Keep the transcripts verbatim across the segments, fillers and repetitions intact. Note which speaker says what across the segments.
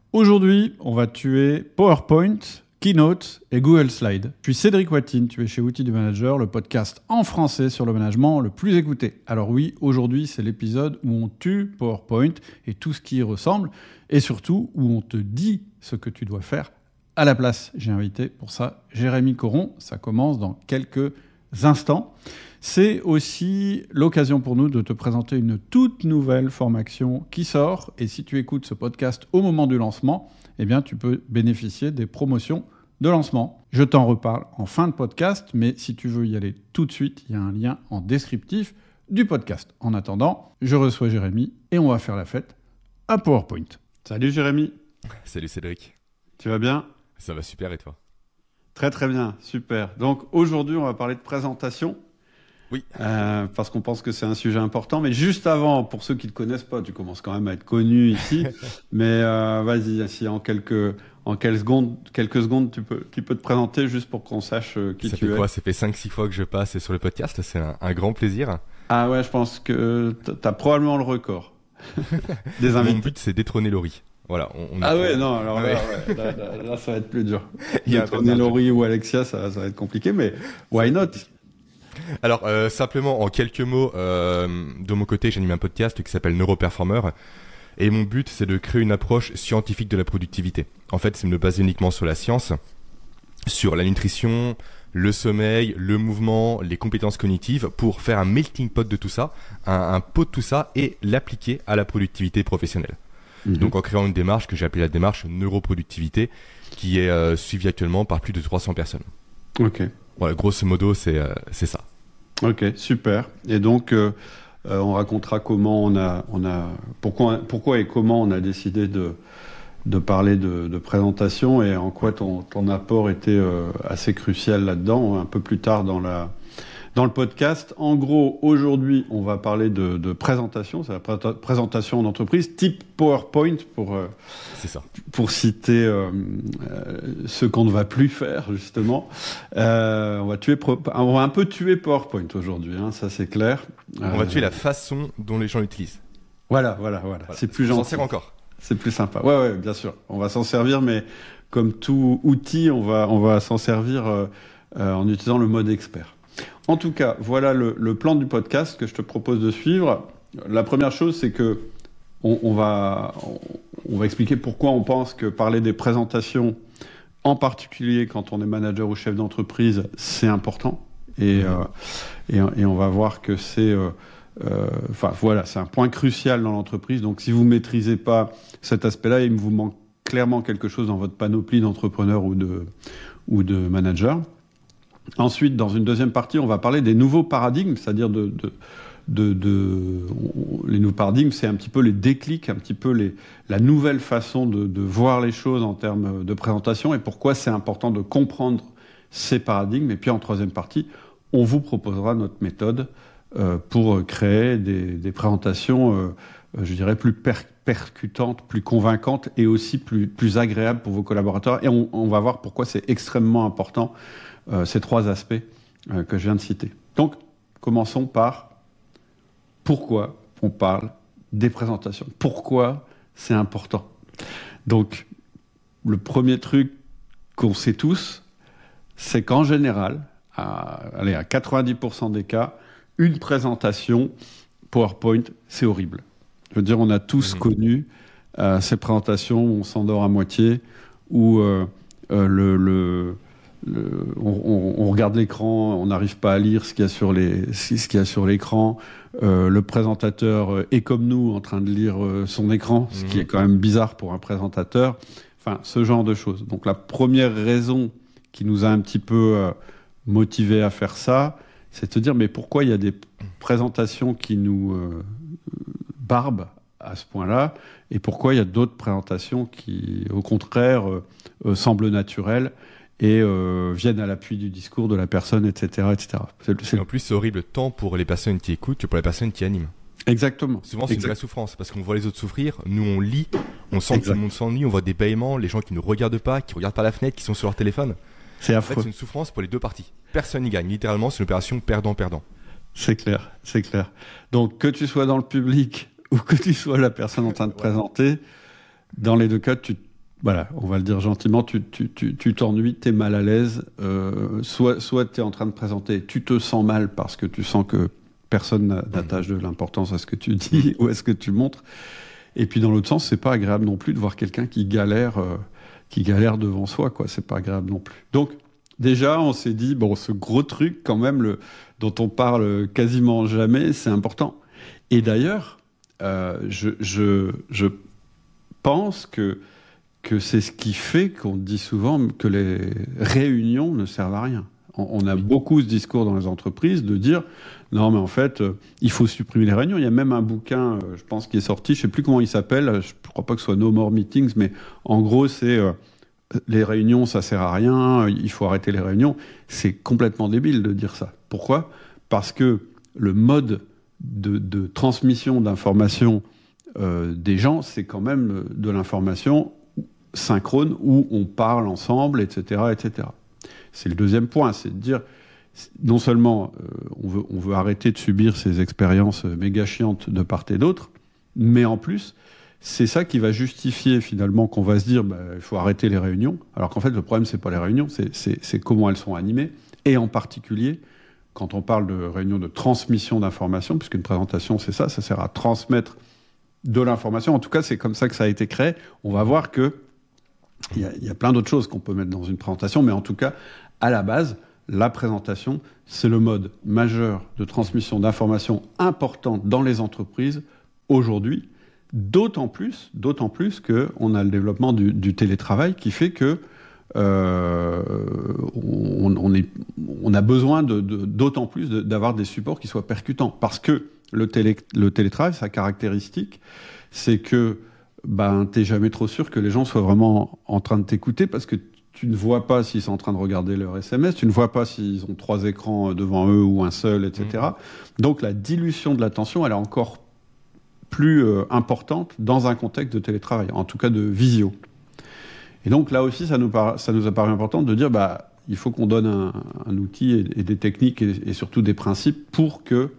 Speaker 1: Aujourd'hui, on va tuer PowerPoint, Keynote et Google Slides. Je suis Cédric Watine, tu es chez Outils du Manager, le podcast en français sur le management le plus écouté. Alors oui, aujourd'hui, c'est l'épisode où on tue PowerPoint et tout ce qui y ressemble, et surtout où on te dit ce que tu dois faire à la place. J'ai invité pour ça Jérémy Coron, ça commence dans quelques instants. C'est aussi l'occasion pour nous de te présenter une toute nouvelle formation qui sort. Et si tu écoutes ce podcast au moment du lancement, eh bien, tu peux bénéficier des promotions de lancement. Je t'en reparle en fin de podcast, mais si tu veux y aller tout de suite, il y a un lien en descriptif du podcast. En attendant, je reçois Jérémy et on va faire la fête à PowerPoint. Salut Jérémy.
Speaker 2: Salut Cédric.
Speaker 1: Tu vas bien ?
Speaker 2: Ça va super et toi ?
Speaker 1: Très très bien, super. Donc aujourd'hui, on va parler de présentation.
Speaker 2: Oui.
Speaker 1: Euh, parce qu'on pense que c'est un sujet important. Mais juste avant, pour ceux qui ne te connaissent pas, tu commences quand même à être connu ici. mais euh, vas-y, si en quelques, en quelques secondes, quelques secondes tu, peux, tu peux te présenter juste pour qu'on sache euh, qui
Speaker 2: ça
Speaker 1: tu
Speaker 2: fait
Speaker 1: es.
Speaker 2: Quoi, ça fait cinq six fois que je passe sur le podcast. C'est un, un grand plaisir.
Speaker 1: Ah ouais, je pense que tu as probablement le record des invités.
Speaker 2: Mon but, c'est détrôner Laurie. Voilà, on, on
Speaker 1: ah ouais,
Speaker 2: pour...
Speaker 1: non, alors
Speaker 2: ouais.
Speaker 1: Là, ouais, là, là, là, ça va être plus dur.
Speaker 2: Détrôner
Speaker 1: Laurie ou Alexia, ça, ça va être compliqué, mais why not ?
Speaker 2: Alors, euh, simplement, en quelques mots, euh, de mon côté, j'anime un podcast qui s'appelle Neuroperformer. Et mon but, c'est de créer une approche scientifique de la productivité. En fait, c'est de me baser uniquement sur la science, sur la nutrition, le sommeil, le mouvement, les compétences cognitives, pour faire un melting pot de tout ça, un, un pot de tout ça, et l'appliquer à la productivité professionnelle. Mmh. Donc, en créant une démarche que j'ai appelée la démarche neuroproductivité, qui est euh, suivie actuellement par plus de trois cents personnes.
Speaker 1: Ok.
Speaker 2: Voilà, grosso modo, c'est, euh, c'est ça.
Speaker 1: Ok, super. Et donc, euh, euh, on racontera comment on a, on a, pourquoi, pourquoi et comment on a décidé de, de parler de, de présentation et en quoi ton, ton apport était euh, assez crucial là-dedans, un peu plus tard dans la, dans le podcast. En gros, aujourd'hui, on va parler de, de présentation, c'est la pré- présentation en entreprise, type PowerPoint pour, euh,
Speaker 2: c'est ça.
Speaker 1: pour citer euh, euh, ce qu'on ne va plus faire, justement. Euh, on, va tuer, on va un peu tuer PowerPoint aujourd'hui, hein, ça c'est clair.
Speaker 2: On
Speaker 1: euh,
Speaker 2: va tuer la façon dont les gens l'utilisent.
Speaker 1: Voilà, voilà, voilà. voilà. C'est plus gentil.
Speaker 2: On s'en sert encore.
Speaker 1: C'est plus sympa. Ouais, ouais, bien sûr. On va s'en servir, mais comme tout outil, on va, on va s'en servir euh, euh, en utilisant le mode expert. En tout cas, voilà le, le plan du podcast que je te propose de suivre. La première chose, c'est que on, on, va, on, on va expliquer pourquoi on pense que parler des présentations, en particulier quand on est manager ou chef d'entreprise, c'est important. Et, mmh. euh, et, et on va voir que c'est, euh, euh, enfin voilà, c'est un point crucial dans l'entreprise. Donc, si vous ne maîtrisez pas cet aspect-là, il vous manque clairement quelque chose dans votre panoplie d'entrepreneurs ou de, ou de managers. Ensuite, dans une deuxième partie, on va parler des nouveaux paradigmes, c'est-à-dire de, de, de, de on, les nouveaux paradigmes, c'est un petit peu les déclics, un petit peu les, la nouvelle façon de, de voir les choses en termes de présentation et pourquoi c'est important de comprendre ces paradigmes. Et puis en troisième partie, on vous proposera notre méthode euh, pour créer des, des présentations, euh, je dirais, plus per- percutantes, plus convaincantes et aussi plus, plus agréables pour vos collaborateurs. Et on, on va voir pourquoi c'est extrêmement important Euh, ces trois aspects euh, que je viens de citer. Donc, commençons par pourquoi on parle des présentations. Pourquoi c'est important. Donc, le premier truc qu'on sait tous, c'est qu'en général, à, allez, à quatre-vingt-dix pour cent des cas, une présentation PowerPoint, c'est horrible. Je veux dire, on a tous mmh. connu euh, ces présentations où on s'endort à moitié, où euh, euh, le... le Le, on, on, on regarde l'écran, on n'arrive pas à lire ce qu'il y a sur, les, ce qu'il y a sur l'écran. Euh, le présentateur est comme nous en train de lire euh, son écran, ce mmh. qui est quand même bizarre pour un présentateur. Enfin, ce genre de choses. Donc la première raison qui nous a un petit peu euh, motivés à faire ça, c'est de se dire mais pourquoi il y a des présentations qui nous euh, barbent à ce point-là et pourquoi il y a d'autres présentations qui, au contraire, euh, euh, semblent naturelles et euh, viennent à l'appui du discours de la personne, et cetera, et cetera. C'est, c'est...
Speaker 2: Et en plus, c'est horrible tant pour les personnes qui écoutent que pour les personnes qui animent.
Speaker 1: Exactement.
Speaker 2: Souvent, c'est
Speaker 1: exact.
Speaker 2: une vraie souffrance parce qu'on voit les autres souffrir. Nous, on lit, on sent exact. que tout le monde s'ennuie, on voit des bâillements, les gens qui ne regardent pas, qui regardent par la fenêtre, qui sont sur leur téléphone.
Speaker 1: C'est
Speaker 2: en
Speaker 1: affreux.
Speaker 2: fait, c'est une souffrance pour les deux parties. Personne n'y gagne. Littéralement, c'est une opération perdant-perdant.
Speaker 1: C'est clair, c'est clair. Donc, que tu sois dans le public ou que tu sois la personne en train de
Speaker 2: ouais.
Speaker 1: présenter, dans les deux cas, tu voilà, on va le dire gentiment, tu, tu, tu, tu t'ennuies, tu es mal à l'aise, euh, soit, soit tu es en train de présenter, tu te sens mal parce que tu sens que personne n'attache de l'importance à ce que tu dis ou à ce que tu montres. Et puis dans l'autre sens, c'est pas agréable non plus de voir quelqu'un qui galère, euh, qui galère devant soi, quoi. C'est pas agréable non plus. Donc déjà, on s'est dit, bon, ce gros truc quand même, le, dont on parle quasiment jamais, c'est important. Et d'ailleurs, euh, je, je, je pense que, que c'est ce qui fait qu'on dit souvent que les réunions ne servent à rien. On a beaucoup ce discours dans les entreprises de dire non, mais en fait, euh, il faut supprimer les réunions. Il y a même un bouquin, euh, je pense, qui est sorti, je ne sais plus comment il s'appelle, je ne crois pas que ce soit No More Meetings, mais en gros, c'est euh, les réunions, ça ne sert à rien, il faut arrêter les réunions. C'est complètement débile de dire ça. Pourquoi ? Parce que le mode de, de transmission d'informations euh, des gens, c'est quand même de l'information synchrone où on parle ensemble, et cetera, et cetera. C'est le deuxième point, c'est de dire, non seulement euh, on, veut, on veut arrêter de subir ces expériences méga chiantes de part et d'autre, mais en plus, c'est ça qui va justifier finalement qu'on va se dire, bah, il faut arrêter les réunions, alors qu'en fait le problème c'est pas les réunions, c'est, c'est, c'est comment elles sont animées, et en particulier, quand on parle de réunions de transmission d'informations, puisqu'une présentation c'est ça, ça sert à transmettre de l'information, en tout cas c'est comme ça que ça a été créé, on va voir que Il y, a, il y a plein d'autres choses qu'on peut mettre dans une présentation, mais en tout cas, à la base, la présentation, c'est le mode majeur de transmission d'informations importantes dans les entreprises aujourd'hui, d'autant plus, d'autant plus qu'on a le développement du, du télétravail qui fait que euh, on, on, est, on a besoin de, de, d'autant plus de, d'avoir des supports qui soient percutants. Parce que le, télé, le télétravail, sa caractéristique, c'est que ben, t'es jamais trop sûr que les gens soient vraiment en train de t'écouter parce que tu ne vois pas s'ils sont en train de regarder leur S M S, tu ne vois pas s'ils ont trois écrans devant eux ou un seul, et cetera. Mmh. Donc la dilution de l'attention, elle est encore plus euh, importante dans un contexte de télétravail, en tout cas de visio. Et donc là aussi, ça nous, par... ça nous a paru important de dire bah, il faut qu'on donne un, un outil et, et des techniques et, et surtout des principes pour que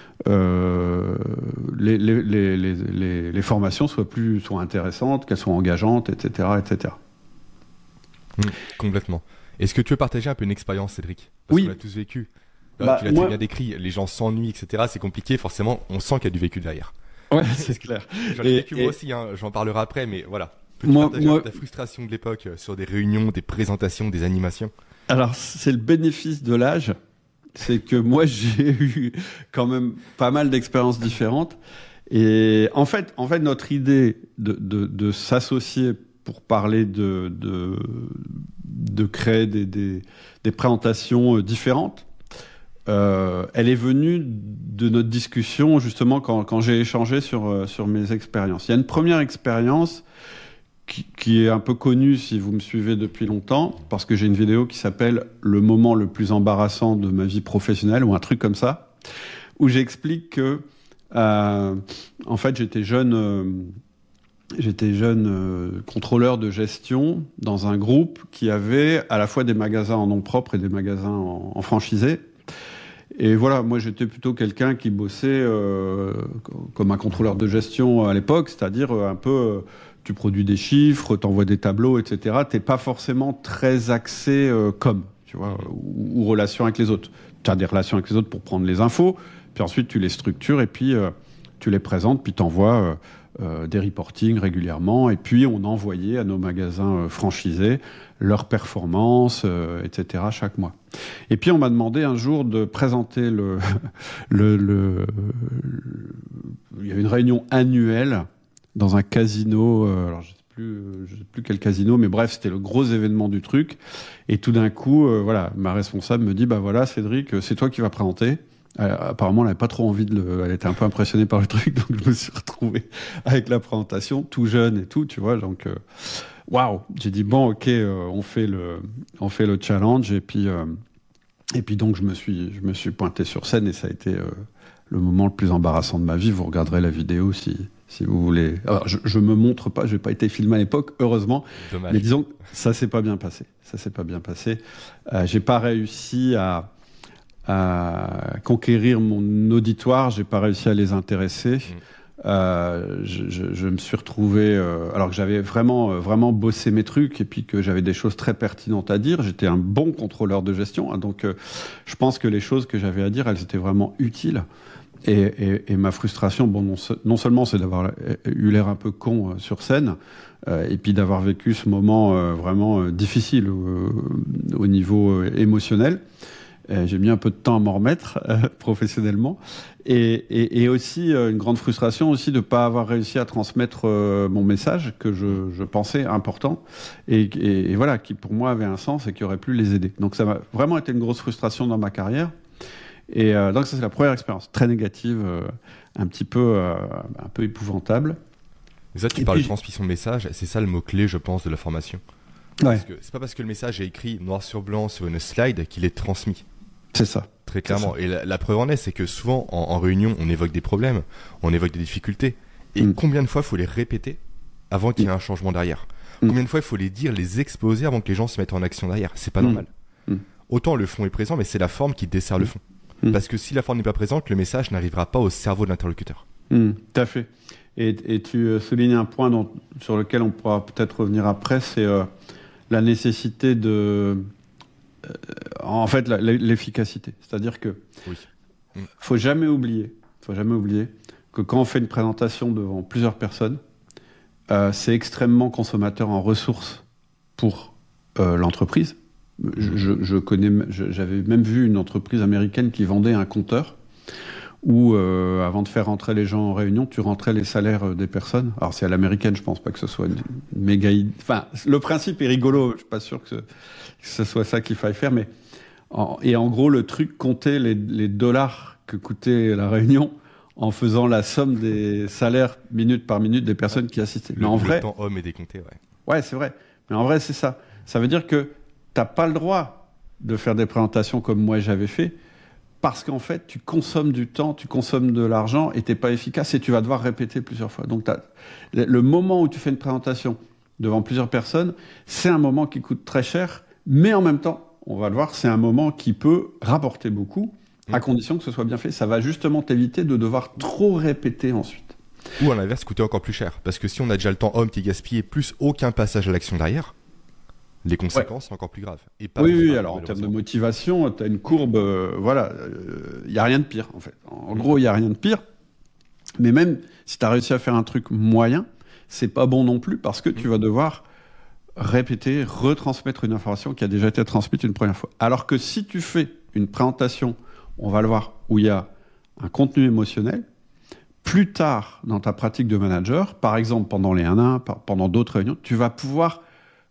Speaker 1: Euh, les, les, les, les, les formations soient plus soient intéressantes, qu'elles soient engageantes, et cetera, et cetera.
Speaker 2: Mmh, complètement. Est-ce que tu veux partager un peu une expérience, Cédric ? Parce
Speaker 1: oui.
Speaker 2: qu'on l'a tous vécu.
Speaker 1: Bah,
Speaker 2: tu l'as
Speaker 1: moi...
Speaker 2: très bien décrit. Les gens s'ennuient, et cetera. C'est compliqué. Forcément, on sent qu'il y a du vécu derrière.
Speaker 1: Ouais, c'est clair.
Speaker 2: J'en ai et, vécu et... moi aussi. Hein. J'en parlerai après, mais voilà. Peux-tu
Speaker 1: moi,
Speaker 2: partager
Speaker 1: moi...
Speaker 2: ta frustration de l'époque sur des réunions, des présentations, des animations ?
Speaker 1: Alors, c'est le bénéfice de l'âge. C'est que moi, j'ai eu quand même pas mal d'expériences différentes. Et en fait, en fait notre idée de, de, de s'associer pour parler de, de, de créer des, des, des présentations différentes, euh, elle est venue de notre discussion, justement, quand, quand j'ai échangé sur, sur mes expériences. Il y a une première expérience Qui, qui est un peu connu si vous me suivez depuis longtemps, parce que j'ai une vidéo qui s'appelle « Le moment le plus embarrassant de ma vie professionnelle » ou un truc comme ça, où j'explique que, euh, en fait, j'étais jeune, euh, j'étais jeune euh, contrôleur de gestion dans un groupe qui avait à la fois des magasins en nom propre et des magasins en, en franchisé. Et voilà, moi j'étais plutôt quelqu'un qui bossait euh, comme un contrôleur de gestion à l'époque, c'est-à-dire un peu... Euh, tu produis des chiffres, t'envoies des tableaux, et cetera. T'es pas forcément très axé euh, com, tu vois, ou, ou relation avec les autres. Tu as des relations avec les autres pour prendre les infos, puis ensuite tu les structures et puis euh, tu les présentes, puis t'envoies euh, euh, des reportings régulièrement. Et puis on envoyait à nos magasins euh, franchisés leurs performances, euh, et cetera chaque mois. Et puis on m'a demandé un jour de présenter le, le, le, le... Il y avait une réunion annuelle dans un casino, euh, alors je sais plus, je sais plus quel casino, mais bref, c'était le gros événement du truc. Et tout d'un coup, euh, voilà, ma responsable me dit, bah voilà, Cédric, c'est toi qui vas présenter. Euh, apparemment, elle n'avait pas trop envie de le, elle était un peu impressionnée par le truc, donc je me suis retrouvé avec la présentation, tout jeune et tout, tu vois, donc waouh, wow. J'ai dit bon, ok, euh, on fait le, on fait le challenge, et puis, euh, et puis donc je me suis, je me suis pointé sur scène et ça a été euh, le moment le plus embarrassant de ma vie. Vous regarderez la vidéo si. Si vous voulez. Alors, je, je me montre pas, je n'ai pas été filmé à l'époque, heureusement. Dommage. Mais disons, ça s'est pas bien passé. Ça s'est pas bien passé. Euh, j'ai pas réussi à, à conquérir mon auditoire. J'ai pas réussi à les intéresser. Mmh. Euh, je, je, je me suis retrouvé, euh, alors que j'avais vraiment, euh, vraiment bossé mes trucs et puis que j'avais des choses très pertinentes à dire. J'étais un bon contrôleur de gestion, hein, donc euh, je pense que les choses que j'avais à dire, elles étaient vraiment utiles. Et, et, et ma frustration, bon, non, non seulement c'est d'avoir eu l'air un peu con euh, sur scène, euh, et puis d'avoir vécu ce moment euh, vraiment euh, difficile euh, au niveau euh, émotionnel. Euh, j'ai mis un peu de temps à m'en remettre euh, professionnellement, et, et, et aussi euh, une grande frustration aussi de ne pas avoir réussi à transmettre euh, mon message que je, je pensais important et, et, et voilà, qui pour moi avait un sens et qui aurait pu les aider. Donc ça m'a vraiment été une grosse frustration dans ma carrière. Et euh, donc ça c'est la première expérience très négative, euh, un petit peu, euh, un peu épouvantable.
Speaker 2: Mais ça, tu
Speaker 1: et
Speaker 2: parles
Speaker 1: puis,
Speaker 2: de transmission de message, c'est ça le mot-clé, je pense, de la formation.
Speaker 1: Ouais.
Speaker 2: Parce que c'est pas parce que le message est écrit noir sur blanc sur une slide qu'il est transmis.
Speaker 1: C'est ça.
Speaker 2: Très clairement. Et la, la preuve en est, c'est que souvent, en, en réunion, on évoque des problèmes, on évoque des difficultés. Et mm. combien de fois il faut les répéter avant qu'il y ait mm. un changement derrière ? mm. Combien de fois il faut les dire, les exposer avant que les gens se mettent en action derrière ? C'est pas mm. normal. Mm. Autant le fond est présent, mais c'est la forme qui dessert mm. le fond. Mm. Parce que si la forme n'est pas présente, le message n'arrivera pas au cerveau de l'interlocuteur.
Speaker 1: Mm. Tout à fait. Et, et tu soulignes un point dont, sur lequel on pourra peut-être revenir après, c'est euh, la nécessité de... Euh, en fait, la, l'efficacité. C'est-à-dire que oui. mm. faut jamais oublier, faut jamais oublier que quand on fait une présentation devant plusieurs personnes, euh, c'est extrêmement consommateur en ressources pour euh, l'entreprise. Je, je, je connais, je, j'avais même vu une entreprise américaine qui vendait un compteur où, euh, avant de faire rentrer les gens en réunion, tu rentrais les salaires des personnes. Alors, c'est à l'américaine, je pense pas que ce soit une, une méga... Enfin, le principe est rigolo, je suis pas sûr que ce, que ce soit ça qu'il faille faire, mais... En, et en gros, le truc comptait les, les dollars que coûtait la réunion en faisant la somme des salaires minute par minute des personnes qui assistaient.
Speaker 2: Le,
Speaker 1: mais en
Speaker 2: le
Speaker 1: vrai...
Speaker 2: temps homme est décompté, ouais.
Speaker 1: Ouais, c'est vrai. Mais en vrai, c'est ça. Ça veut dire que t'as pas le droit de faire des présentations comme moi j'avais fait, parce qu'en fait, tu consommes du temps, tu consommes de l'argent et t'es pas efficace et tu vas devoir répéter plusieurs fois. Donc, t'as... le moment où tu fais une présentation devant plusieurs personnes, c'est un moment qui coûte très cher, mais en même temps, on va le voir, c'est un moment qui peut rapporter beaucoup, mmh. à condition que ce soit bien fait. Ça va justement t'éviter de devoir trop répéter ensuite.
Speaker 2: Ou à l'inverse, coûter encore plus cher. Parce que si on a déjà le temps homme qui est gaspillé, plus aucun passage à l'action derrière, les conséquences ouais. sont encore plus graves. Et pas
Speaker 1: oui, oui, alors en termes de motivation, tu as une courbe, euh, voilà, il euh, n'y a rien de pire en fait. En mmh. gros, il n'y a rien de pire. Mais même si tu as réussi à faire un truc moyen, c'est pas bon non plus parce que mmh. tu vas devoir répéter, retransmettre une information qui a déjà été transmise une première fois. Alors que si tu fais une présentation, on va le voir, où il y a un contenu émotionnel, plus tard dans ta pratique de manager, par exemple pendant les un à un, pendant d'autres réunions, tu vas pouvoir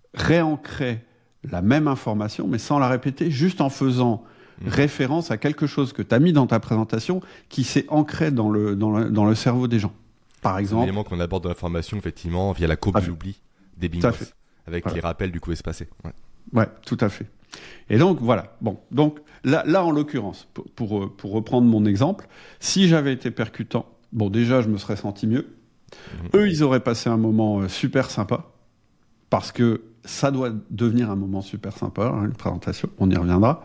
Speaker 1: réancrer la même information, mais sans la répéter, juste en faisant mmh. référence à quelque chose que tu as mis dans ta présentation qui s'est ancré dans le, dans le, dans le cerveau des gens. Par exemple...
Speaker 2: C'est un élément qu'on aborde dans la formation, effectivement, via la courbe de l'oubli des bingos, avec voilà. les rappels du coup espacés. Ouais.
Speaker 1: ouais, tout à fait. Et donc, voilà. Bon, donc là, là en l'occurrence, pour, pour, pour reprendre mon exemple, si j'avais été percutant, bon, déjà, je me serais senti mieux. Mmh. Eux, ils auraient passé un moment euh, super sympa, parce que ça doit devenir un moment super sympa, hein, une présentation, on y reviendra.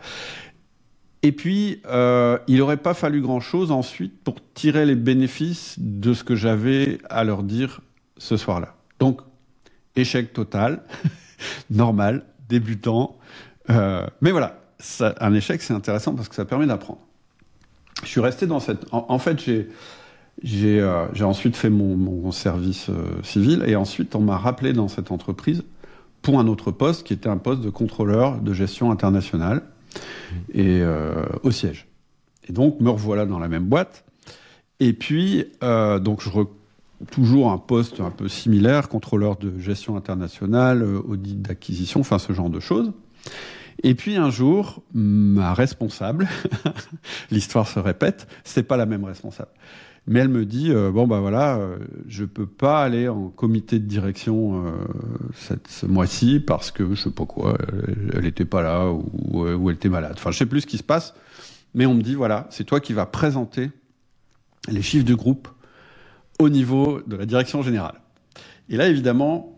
Speaker 1: Et puis, euh, il n'aurait pas fallu grand-chose ensuite pour tirer les bénéfices de ce que j'avais à leur dire ce soir-là. Donc, échec total, normal, débutant. Euh, mais voilà, ça, un échec, c'est intéressant parce que ça permet d'apprendre. Je suis resté dans cette... En, en fait, j'ai, j'ai, euh, j'ai ensuite fait mon, mon service euh, civil et ensuite, on m'a rappelé dans cette entreprise pour un autre poste qui était un poste de contrôleur de gestion internationale mmh. et euh, au siège. Et donc, me revoilà dans la même boîte. Et puis, euh, donc, je re... toujours un poste un peu similaire, contrôleur de gestion internationale, audit d'acquisition, enfin ce genre de choses. Et puis un jour, ma responsable, l'histoire se répète, c'est pas la même responsable, mais elle me dit euh, bon bah voilà, euh, je peux pas aller en comité de direction euh, cette, ce mois-ci parce que je sais pas quoi, elle, elle était pas là ou, ou elle était malade. Enfin je sais plus ce qui se passe, mais on me dit voilà, c'est toi qui vas présenter les chiffres du groupe au niveau de la direction générale. Et là, évidemment,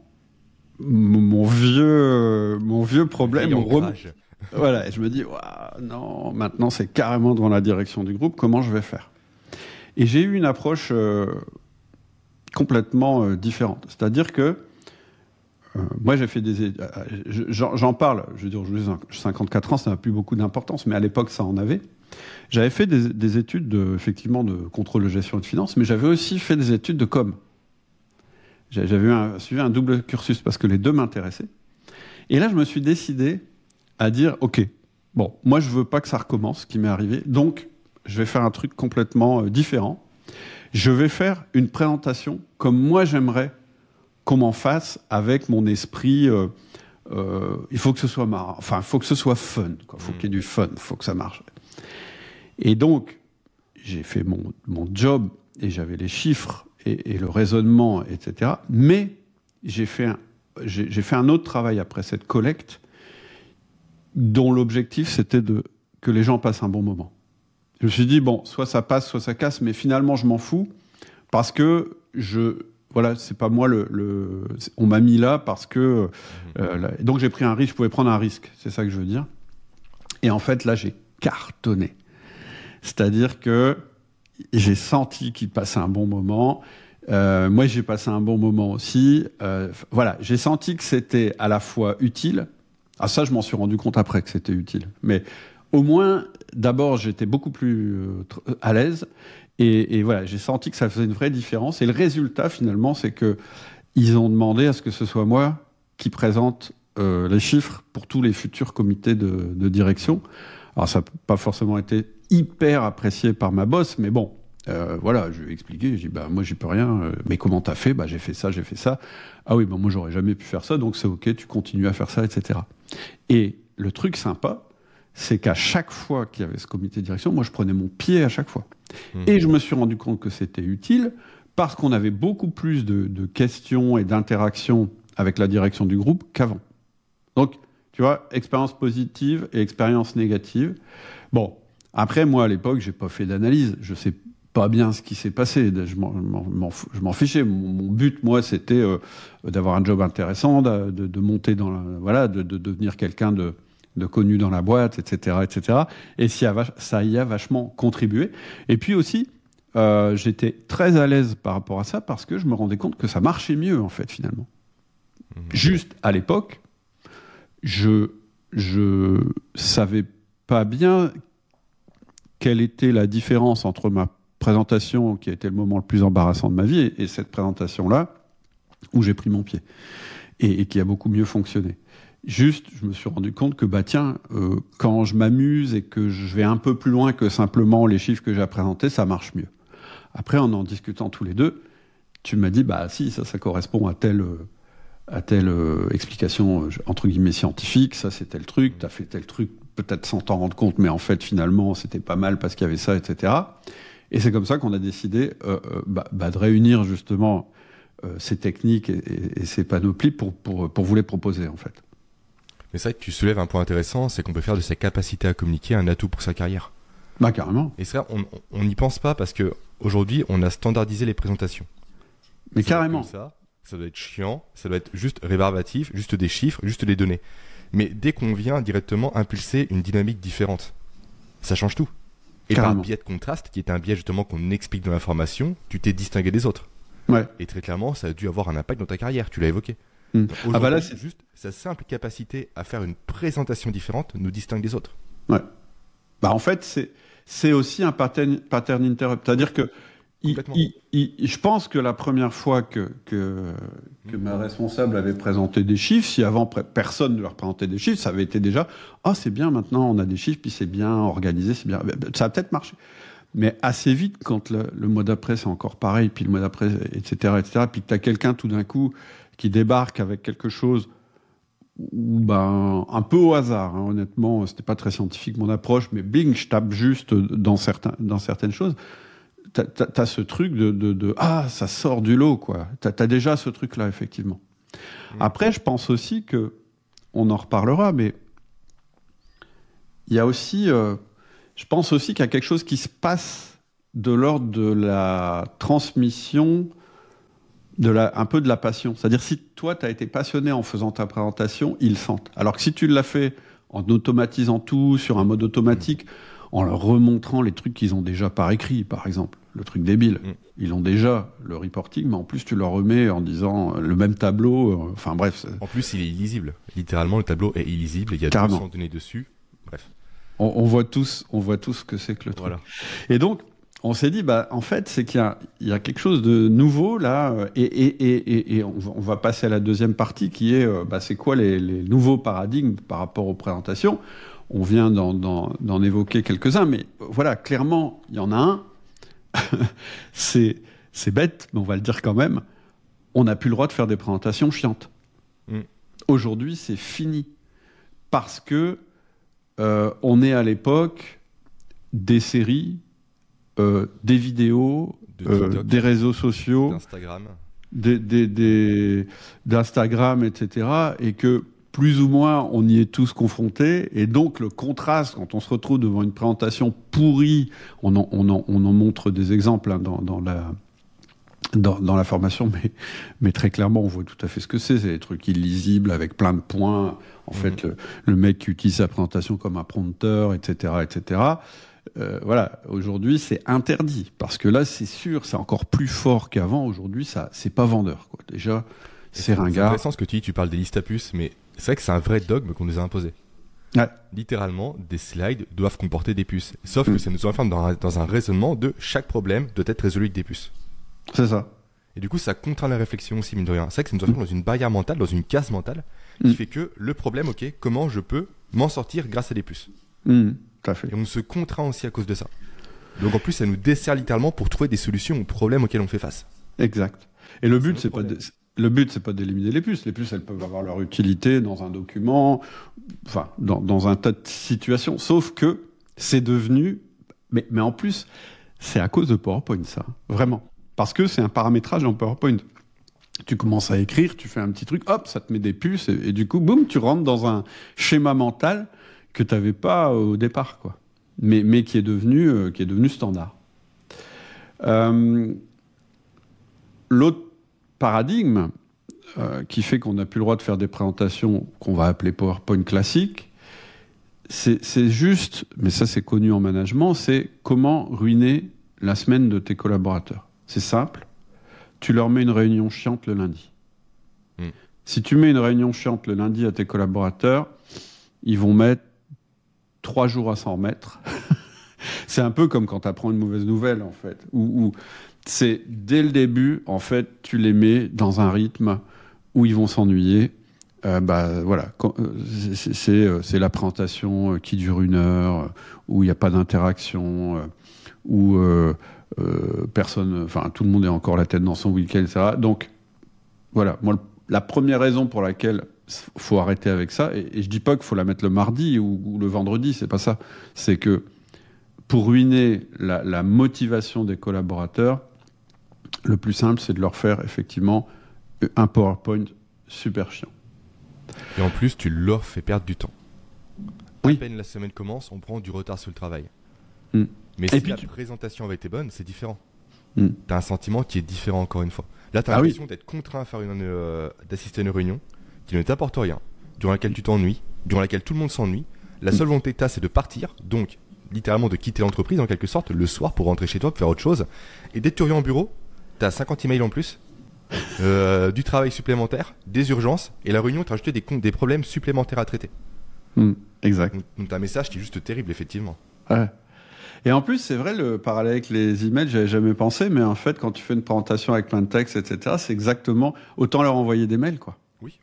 Speaker 1: mon vieux, mon vieux problème... Mon rem... Voilà, et je me dis, non, maintenant, c'est carrément devant la direction du groupe, comment je vais faire ? Et j'ai eu une approche euh, complètement euh, différente. C'est-à-dire que euh, moi, j'ai fait des... J'en, j'en parle, je veux dire, j'ai cinquante-quatre ans, ça n'a plus beaucoup d'importance, mais à l'époque, ça en avait. J'avais fait des, des études, de, effectivement, de contrôle de gestion et de finance, mais j'avais aussi fait des études de com. J'avais un, suivi un double cursus parce que les deux m'intéressaient. Et là, je me suis décidé à dire, OK, bon, moi, je veux pas que ça recommence, ce qui m'est arrivé, donc je vais faire un truc complètement euh, différent. Je vais faire une présentation comme moi, j'aimerais qu'on m'en fasse avec mon esprit. Euh, euh, il faut que ce soit marrant. Enfin, il faut que ce soit fun. Il faut qu'il y ait du fun. Il faut que ça marche. Et donc, j'ai fait mon, mon job et j'avais les chiffres et, et le raisonnement, et cetera. Mais j'ai fait, un, j'ai, j'ai fait un autre travail après cette collecte dont l'objectif, c'était de, que les gens passent un bon moment. Je me suis dit, bon, soit ça passe, soit ça casse, mais finalement, je m'en fous parce que je... Voilà, c'est pas moi le, le... On m'a mis là parce que... Euh, là, donc j'ai pris un risque, je pouvais prendre un risque, c'est ça que je veux dire. Et en fait, là, j'ai cartonné. C'est-à-dire que j'ai senti qu'il passait un bon moment. Euh, moi, j'ai passé un bon moment aussi. Euh, voilà, j'ai senti que c'était à la fois utile. Ah, ça, je m'en suis rendu compte après que c'était utile. Mais au moins, d'abord, j'étais beaucoup plus euh, à l'aise. Et, et voilà, j'ai senti que ça faisait une vraie différence. Et le résultat, finalement, c'est que ils ont demandé à ce que ce soit moi qui présente euh, les chiffres pour tous les futurs comités de, de direction. Alors, ça n'a pas forcément été hyper apprécié par ma boss, mais bon, euh, voilà, je lui ai expliqué. J'ai dit, bah, moi, j'y peux rien. Euh, mais comment t'as fait? Bah, j'ai fait ça, j'ai fait ça. Ah oui, bah, moi, j'aurais jamais pu faire ça, donc c'est OK, tu continues à faire ça, et cetera. Et le truc sympa, c'est qu'à chaque fois qu'il y avait ce comité de direction, moi, je prenais mon pied à chaque fois. Mmh. Et je me suis rendu compte que c'était utile parce qu'on avait beaucoup plus de, de questions et d'interactions avec la direction du groupe qu'avant. Donc, tu vois, expérience positive et expérience négative. Bon, après, moi, à l'époque, j'ai pas fait d'analyse. Je sais pas bien ce qui s'est passé. Je m'en, m'en, je m'en fichais. Mon, mon but, moi, c'était euh, d'avoir un job intéressant, de, de, de monter dans la, voilà, de, de devenir quelqu'un de de connu dans la boîte, et cetera, et cetera. Et ça y a vachement contribué. Et puis aussi, euh, j'étais très à l'aise par rapport à ça parce que je me rendais compte que ça marchait mieux, en fait, finalement. Mmh. Juste à l'époque, je je savais pas bien quelle était la différence entre ma présentation, qui a été le moment le plus embarrassant de ma vie, et, et cette présentation-là, où j'ai pris mon pied, et, et qui a beaucoup mieux fonctionné. Juste, je me suis rendu compte que, bah tiens, euh, quand je m'amuse et que je vais un peu plus loin que simplement les chiffres que j'ai à présenter, ça marche mieux. Après, en en discutant tous les deux, tu m'as dit, bah si, ça, ça correspond à telle, à telle euh, explication, entre guillemets, scientifique, ça, c'est tel truc, t'as fait tel truc, peut-être sans t'en rendre compte, mais en fait, finalement, c'était pas mal parce qu'il y avait ça, et cetera. Et c'est comme ça qu'on a décidé euh, euh, bah, bah, de réunir, justement, euh, ces techniques et, et, et ces panoplies pour, pour, pour vous les proposer, en fait.
Speaker 2: Mais c'est vrai que tu soulèves un point intéressant, c'est qu'on peut faire de sa capacité à communiquer un atout pour sa carrière.
Speaker 1: Bah carrément.
Speaker 2: Et ça, on n'y pense pas parce que aujourd'hui, on a standardisé les présentations.
Speaker 1: Mais
Speaker 2: ça
Speaker 1: carrément.
Speaker 2: Ça, ça doit être chiant, ça doit être juste rébarbatif, juste des chiffres, juste des données. Mais dès qu'on vient directement impulser une dynamique différente, ça change tout. Et carrément. Par le biais de contraste, qui est un biais justement qu'on explique dans l'information, tu t'es distingué des autres.
Speaker 1: Ouais.
Speaker 2: Et très clairement, ça a dû avoir un impact dans ta carrière, tu l'as évoqué.
Speaker 1: Mmh. Ah bah là, c'est
Speaker 2: juste sa simple capacité à faire une présentation différente nous distingue des autres.
Speaker 1: Ouais. Bah en fait, c'est c'est aussi un pattern pattern interrupt, c'est-à-dire que il, il, il, je pense que la première fois que que, que mmh. ma responsable avait présenté des chiffres, si avant personne ne leur présentait des chiffres, ça avait été déjà ah oh, c'est bien maintenant on a des chiffres puis c'est bien organisé, c'est bien, ça a peut-être marché. Mais assez vite, quand le, le mois d'après c'est encore pareil, puis le mois d'après, et cetera, et cetera, puis que t'as quelqu'un tout d'un coup qui débarque avec quelque chose où, ben, un peu au hasard, hein, honnêtement, c'était pas très scientifique mon approche, mais bing, je tape juste dans, certains, dans certaines choses. T'as, t'as, t'as ce truc de, de, de ah, ça sort du lot, quoi. T'as, t'as déjà ce truc-là, effectivement. Mmh. Après, je pense aussi que, on en reparlera, mais il y a aussi, euh, je pense aussi qu'il y a quelque chose qui se passe de l'ordre de la transmission. De la, un peu de la passion. C'est-à-dire, si toi, tu as été passionné en faisant ta présentation, ils le sentent. Alors que si tu l'as fait en automatisant tout, sur un mode automatique, en leur remontrant les trucs qu'ils ont déjà par écrit, par exemple. le truc débile.
Speaker 2: Mm.
Speaker 1: Ils ont déjà le reporting, mais en plus tu leur remets en disant le même tableau. euh, Enfin bref, c'est-
Speaker 2: En plus, il est illisible. Littéralement, le tableau est illisible. Il y a
Speaker 1: Carrément.
Speaker 2: deux cents données dessus. Bref.
Speaker 1: on, on voit tous, on voit tous ce que c'est que le truc.
Speaker 2: Voilà.
Speaker 1: Et donc, on s'est dit, bah, en fait, c'est qu'il y a, il y a quelque chose de nouveau là, euh, et, et, et, et, et on, va, on va passer à la deuxième partie qui est, euh, bah, c'est quoi les, les nouveaux paradigmes par rapport aux présentations. On vient d'en, d'en, d'en évoquer quelques-uns, mais euh, voilà, clairement, il y en a un. c'est, c'est bête, mais on va le dire quand même. On n'a plus le droit de faire des présentations chiantes.
Speaker 2: Mm.
Speaker 1: Aujourd'hui, c'est fini parce que euh, on est à l'époque des séries. Euh, des vidéos,
Speaker 2: De
Speaker 1: euh,
Speaker 2: TikTok,
Speaker 1: des réseaux sociaux,
Speaker 2: d'Instagram.
Speaker 1: des, des, des- d'Instagram, et cetera. Et que plus ou moins on y est tous confrontés. Et donc le contraste, quand on se retrouve devant une présentation pourrie, on en, on en, on en montre des exemples hein, dans, dans la... Dans, dans la formation, mais, mais très clairement, on voit tout à fait ce que c'est. C'est des trucs illisibles avec plein de points. En
Speaker 2: Mhm.
Speaker 1: fait, le, le mec qui utilise sa présentation comme un prompteur, et cetera, et cetera. Euh, voilà, aujourd'hui c'est interdit parce que là c'est sûr, c'est encore plus fort qu'avant. Aujourd'hui, ça, c'est pas vendeur, quoi. Déjà, c'est
Speaker 2: C'est
Speaker 1: ringard.
Speaker 2: intéressant ce que tu dis, tu parles des listes à puces, mais c'est vrai que c'est un vrai dogme qu'on nous a imposé.
Speaker 1: Ouais.
Speaker 2: Littéralement, des slides doivent comporter des puces. Sauf
Speaker 1: Mm.
Speaker 2: que ça nous enferme dans un, dans un raisonnement de chaque problème doit être résolu avec des puces.
Speaker 1: C'est ça.
Speaker 2: Et du coup, ça contraint la réflexion aussi, mine de rien. C'est vrai que ça nous enferme dans une barrière mentale, dans une case mentale, qui
Speaker 1: Mm.
Speaker 2: fait que le problème, ok, comment je peux m'en sortir grâce à des puces.
Speaker 1: Mmh, tout à fait.
Speaker 2: Et on se contraint aussi à cause de ça. Donc en plus, ça nous dessert littéralement pour trouver des solutions aux problèmes auxquels on fait face.
Speaker 1: Exact. Et le
Speaker 2: C'est
Speaker 1: but,
Speaker 2: notre
Speaker 1: c'est pas
Speaker 2: problème.
Speaker 1: de- le but, c'est pas d'éliminer les puces. Les puces, elles peuvent avoir leur utilité dans un document, enfin, dans, dans un tas de situations. Sauf que c'est devenu, mais, mais en plus, c'est à cause de PowerPoint, ça. Vraiment. Parce que c'est un paramétrage dans PowerPoint. Tu commences à écrire, tu fais un petit truc, hop, ça te met des puces, et, et du coup, boum, tu rentres dans un schéma mental que tu n'avais pas au départ, quoi. Mais, mais qui est devenu, euh, qui est devenu standard. Euh, L'autre paradigme euh, qui fait qu'on n'a plus le droit de faire des présentations qu'on va appeler PowerPoint classiques, c'est c'est juste, mais ça c'est connu en management, c'est comment ruiner la semaine de tes collaborateurs. C'est simple, tu leur mets une réunion chiante le lundi.
Speaker 2: Mm.
Speaker 1: Si tu mets une réunion chiante le lundi à tes collaborateurs, ils vont mettre trois jours à s'en remettre. C'est un peu comme quand tu apprends une mauvaise nouvelle, en fait. Où, où c'est dès le début, en fait, tu les mets dans un rythme où ils vont s'ennuyer. Euh, bah, voilà. Quand- euh, c'est- C'est euh, c'est la présentation euh, qui dure une heure, euh, où il n'y a pas d'interaction, euh, où euh, euh, personne, enfin, tout le monde est encore la tête dans son week-end, et cetera. Donc, voilà. Moi, le- la première raison pour laquelle faut arrêter avec ça, et, et je dis pas qu'il faut la mettre le mardi ou, ou le vendredi, c'est pas ça. C'est que pour ruiner la, la motivation des collaborateurs, le plus simple, c'est de leur faire effectivement un PowerPoint super chiant.
Speaker 2: Et en plus, tu leur fais perdre du temps.
Speaker 1: Oui.
Speaker 2: À peine la semaine commence, on prend du retard sur le travail.
Speaker 1: Mm.
Speaker 2: Mais
Speaker 1: Et
Speaker 2: si
Speaker 1: puis
Speaker 2: la
Speaker 1: tu-
Speaker 2: présentation avait été bonne, c'est différent.
Speaker 1: Mm.
Speaker 2: T'as un sentiment qui est différent encore une fois. Là, t'as
Speaker 1: Ah oui.
Speaker 2: l'impression d'être contraint à faire une, euh, d'assister à une réunion qui ne t'apporte rien, durant laquelle tu t'ennuies, durant laquelle tout le monde s'ennuie. La seule volonté que t'as, c'est de partir, donc littéralement de quitter l'entreprise en quelque sorte le soir pour rentrer chez toi, pour faire autre chose. Et dès que tu reviens au bureau, t'as cinquante emails en plus, euh, du travail supplémentaire, des urgences, et la réunion t'a rajouté des, comptes- des problèmes supplémentaires à traiter.
Speaker 1: Mm. Exact.
Speaker 2: Donc, donc t'as un message qui est juste terrible, effectivement.
Speaker 1: Ouais. Et en plus, c'est vrai, le parallèle avec les emails, j'avais jamais pensé, mais en fait, quand tu fais une présentation avec plein de textes, et cetera, c'est exactement autant leur envoyer des mails, quoi.
Speaker 2: Oui.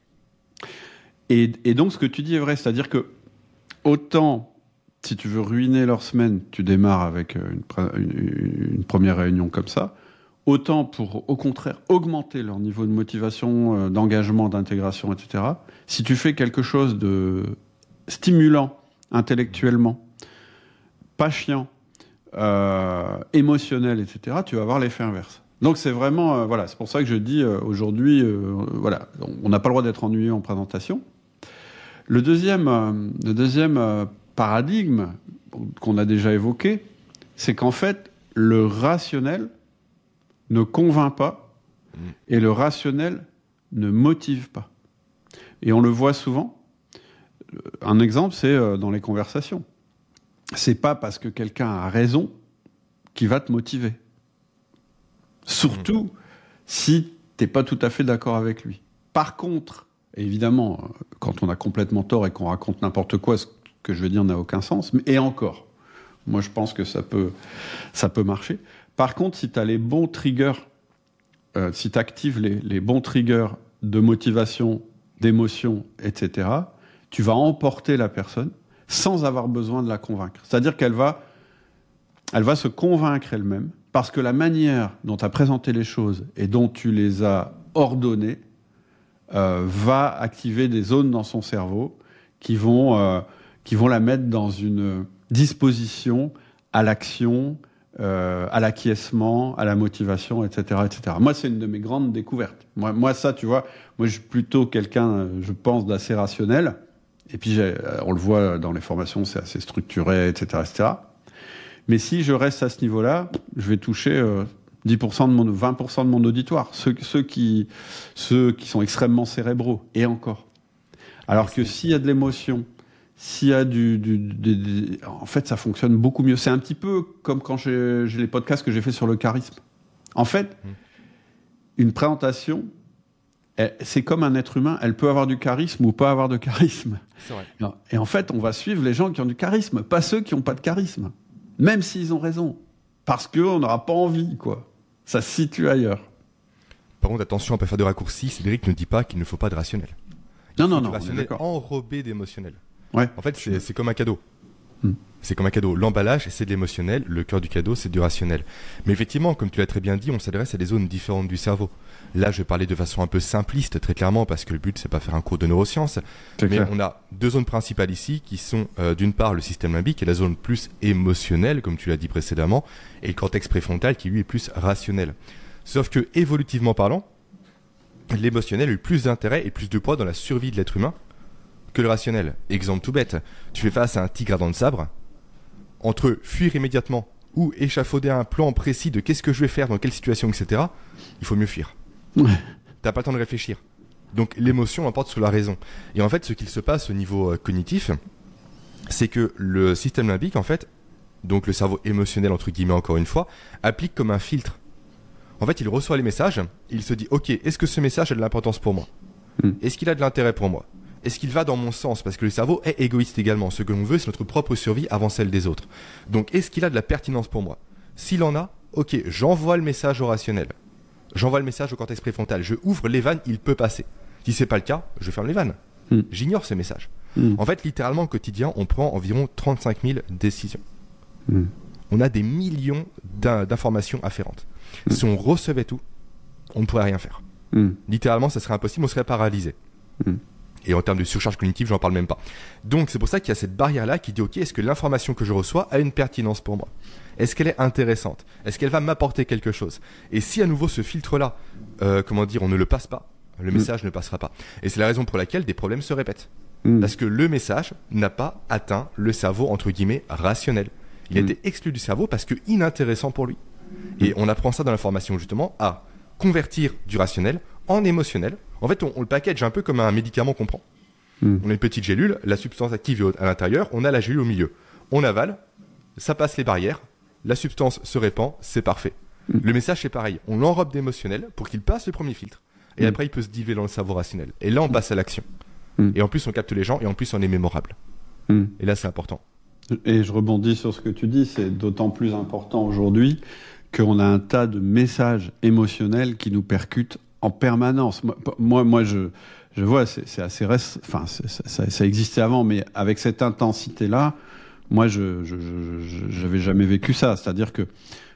Speaker 1: Et, et donc, ce que tu dis est vrai, c'est-à-dire que autant, si tu veux ruiner leur semaine, tu démarres avec une, pre- une- une première réunion comme ça, autant pour, au contraire, augmenter leur niveau de motivation, euh, d'engagement, d'intégration, et cetera, si tu fais quelque chose de stimulant intellectuellement, pas chiant, euh, émotionnel, et cetera, tu vas avoir l'effet inverse. Donc c'est vraiment, euh, voilà, c'est pour ça que je dis euh, aujourd'hui, euh, voilà, on n'a pas le droit d'être ennuyé en présentation. Le deuxième, euh, le deuxième euh, paradigme qu'on a déjà évoqué, c'est qu'en fait, le rationnel ne convainc pas et le rationnel ne motive pas. Et on le voit souvent. Un exemple, c'est euh, dans les conversations. C'est pas parce que quelqu'un a raison qu'il va te motiver. Surtout mmh. si tu n'es pas tout à fait d'accord avec lui. Par contre, évidemment, quand on a complètement tort et qu'on raconte n'importe quoi, ce que je veux dire n'a aucun sens. Et encore, moi je pense que ça peut, ça peut marcher. Par contre, si tu as les bons triggers, euh, si tu actives les, les bons triggers de motivation, d'émotion, et cetera, tu vas emporter la personne sans avoir besoin de la convaincre. C'est-à-dire qu'elle va, elle va se convaincre elle-même parce que la manière dont tu as présenté les choses et dont tu les as ordonnées euh, va activer des zones dans son cerveau qui vont, euh, qui vont la mettre dans une disposition à l'action, euh, à l'acquiescement, à la motivation, et cetera, et cetera. Moi, c'est une de mes grandes découvertes. Moi, moi ça, tu vois, moi, je suis plutôt quelqu'un, je pense, d'assez rationnel. Et puis, j'ai, on le voit dans les formations, c'est assez structuré, et cetera, et cetera. Mais si je reste à ce niveau-là, je vais toucher euh, dix pour cent de mon, vingt pour cent de mon auditoire, ceux, ceux, qui, ceux qui sont extrêmement cérébraux, et encore. Alors que s'il y a de l'émotion, s'il y a du, du, du, du... En fait, ça fonctionne beaucoup mieux. C'est un petit peu comme quand j'ai, j'ai les podcasts que j'ai fait sur le charisme. En fait, mmh. une présentation, elle, c'est comme un être humain, elle peut avoir du charisme ou pas avoir de charisme.
Speaker 2: C'est vrai.
Speaker 1: Et en fait, on va suivre les gens qui ont du charisme, pas ceux qui n'ont pas de charisme. Même s'ils ont raison. Parce qu'on n'aura pas envie, quoi. Ça se situe ailleurs.
Speaker 2: Par contre, attention à ne pas faire de raccourcis. Cédric ne dit pas qu'il ne faut pas de rationnel. Il
Speaker 1: non,
Speaker 2: faut
Speaker 1: non,
Speaker 2: du
Speaker 1: non.
Speaker 2: rationnel enrobé d'émotionnel.
Speaker 1: Ouais.
Speaker 2: En fait, c'est, c'est comme un cadeau.
Speaker 1: Hmm.
Speaker 2: C'est comme un cadeau. L'emballage, c'est de l'émotionnel. Le cœur du cadeau, c'est du rationnel. Mais effectivement, comme tu l'as très bien dit, on s'adresse à des zones différentes du cerveau. Là, je vais parler de façon un peu simpliste, très clairement, parce que le but, c'est pas faire un cours de neurosciences.
Speaker 1: C'est
Speaker 2: mais
Speaker 1: clair.
Speaker 2: On a deux zones principales ici, qui sont euh, d'une part le système limbique, et la zone plus émotionnelle, comme tu l'as dit précédemment, et le cortex préfrontal, qui lui est plus rationnel. Sauf que, évolutivement parlant, l'émotionnel a eu plus d'intérêt et plus de poids dans la survie de l'être humain que le rationnel. Exemple tout bête, tu fais face à un tigre à dents de sabre, entre fuir immédiatement ou échafauder un plan précis de qu'est-ce que je vais faire, dans quelle situation, et cetera, il faut mieux fuir.
Speaker 1: Ouais.
Speaker 2: T'as pas le temps de réfléchir. Donc l'émotion emporte sur la raison. Et en fait, ce qu'il se passe au niveau euh, cognitif, c'est que le système limbique, en fait, donc le cerveau émotionnel, entre guillemets encore une fois, applique comme un filtre. En fait, il reçoit les messages, il se dit, ok, est-ce que ce message a de l'importance pour moi ?
Speaker 1: Mm.
Speaker 2: Est-ce qu'il a de l'intérêt pour moi ? Est-ce qu'il va dans mon sens ? Parce que le cerveau est égoïste également. Ce que l'on veut, c'est notre propre survie avant celle des autres. Donc, est-ce qu'il a de la pertinence pour moi ? S'il en a, ok, j'envoie le message au rationnel. J'envoie le message au cortex préfrontal. Je ouvre les vannes, il peut passer. Si c'est pas le cas, je ferme les vannes. Mm. J'ignore ces messages. Mm. En fait, littéralement, au quotidien, on prend environ trente-cinq mille décisions. Mm. On a des millions d'in- d'informations afférentes. Mm. Si on recevait tout, on ne pourrait rien faire. Mm. Littéralement, ça serait impossible, on serait paralysé. Mm. Et en termes de surcharge cognitive, j'en parle même pas. Donc, c'est pour ça qu'il y a cette barrière-là qui dit, ok, est-ce que l'information que je reçois a une pertinence pour moi ? Est-ce qu'elle est intéressante ? Est-ce qu'elle va m'apporter quelque chose ? Et si à nouveau ce filtre-là, euh, comment dire, on ne le passe pas, le mmh. message ne passera pas. Et c'est la raison pour laquelle des problèmes se répètent. Mmh. Parce que le message n'a pas atteint le cerveau, entre guillemets, rationnel. Il mmh. a été exclu du cerveau parce que inintéressant pour lui. Mmh. Et on apprend ça dans la formation, justement, à convertir du rationnel en émotionnel. En fait, on, on le package un peu comme un médicament qu'on prend. Mmh. On a une petite gélule, la substance active est à l'intérieur, on a la gélule au milieu. On avale, ça passe les barrières, la substance se répand, c'est parfait. Mmh. Le message, c'est pareil. On l'enrobe d'émotionnel pour qu'il passe le premier filtre. Et mmh. après, il peut se diluer dans le cerveau rationnel. Et là, on passe à l'action. Mmh. Et en plus, on capte les gens et en plus, on est mémorable. Mmh. Et là, c'est important.
Speaker 1: Et je rebondis sur ce que tu dis, c'est d'autant plus important aujourd'hui qu'on a un tas de messages émotionnels qui nous percutent en permanence. Moi, moi je, je vois, c'est, c'est assez reste, enfin, c'est, ça, ça existait avant, mais avec cette intensité-là, moi, je, je, je, je j'avais jamais vécu ça. C'est-à-dire que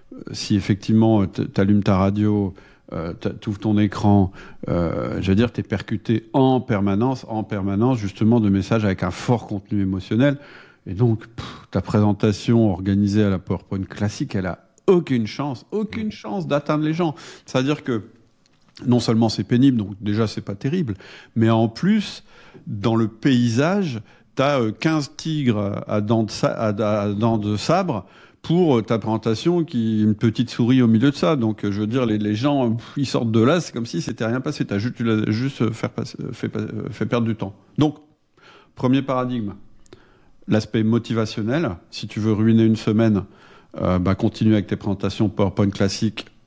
Speaker 1: si effectivement, tu allumes ta radio, euh, tu ouvres ton écran, euh, je veux dire, tu es percuté en permanence, en permanence, justement, de messages avec un fort contenu émotionnel. Et donc, pff, ta présentation organisée à la PowerPoint classique, elle a aucune chance, aucune chance d'atteindre les gens. C'est-à-dire que non seulement c'est pénible, donc déjà c'est pas terrible, mais en plus, dans le paysage, t'as quinze tigres à dents de, sa- à, à dents de sabre pour ta présentation, qui une petite souris au milieu de ça. Donc, je veux dire, les, les gens, ils sortent de là, c'est comme si c'était rien passé. T'as juste, tu l'as juste fait, passer, fait, fait perdre du temps. Donc, premier paradigme, l'aspect motivationnel. Si tu veux ruiner une semaine, euh, bah, continue avec tes présentations PowerPoint classiques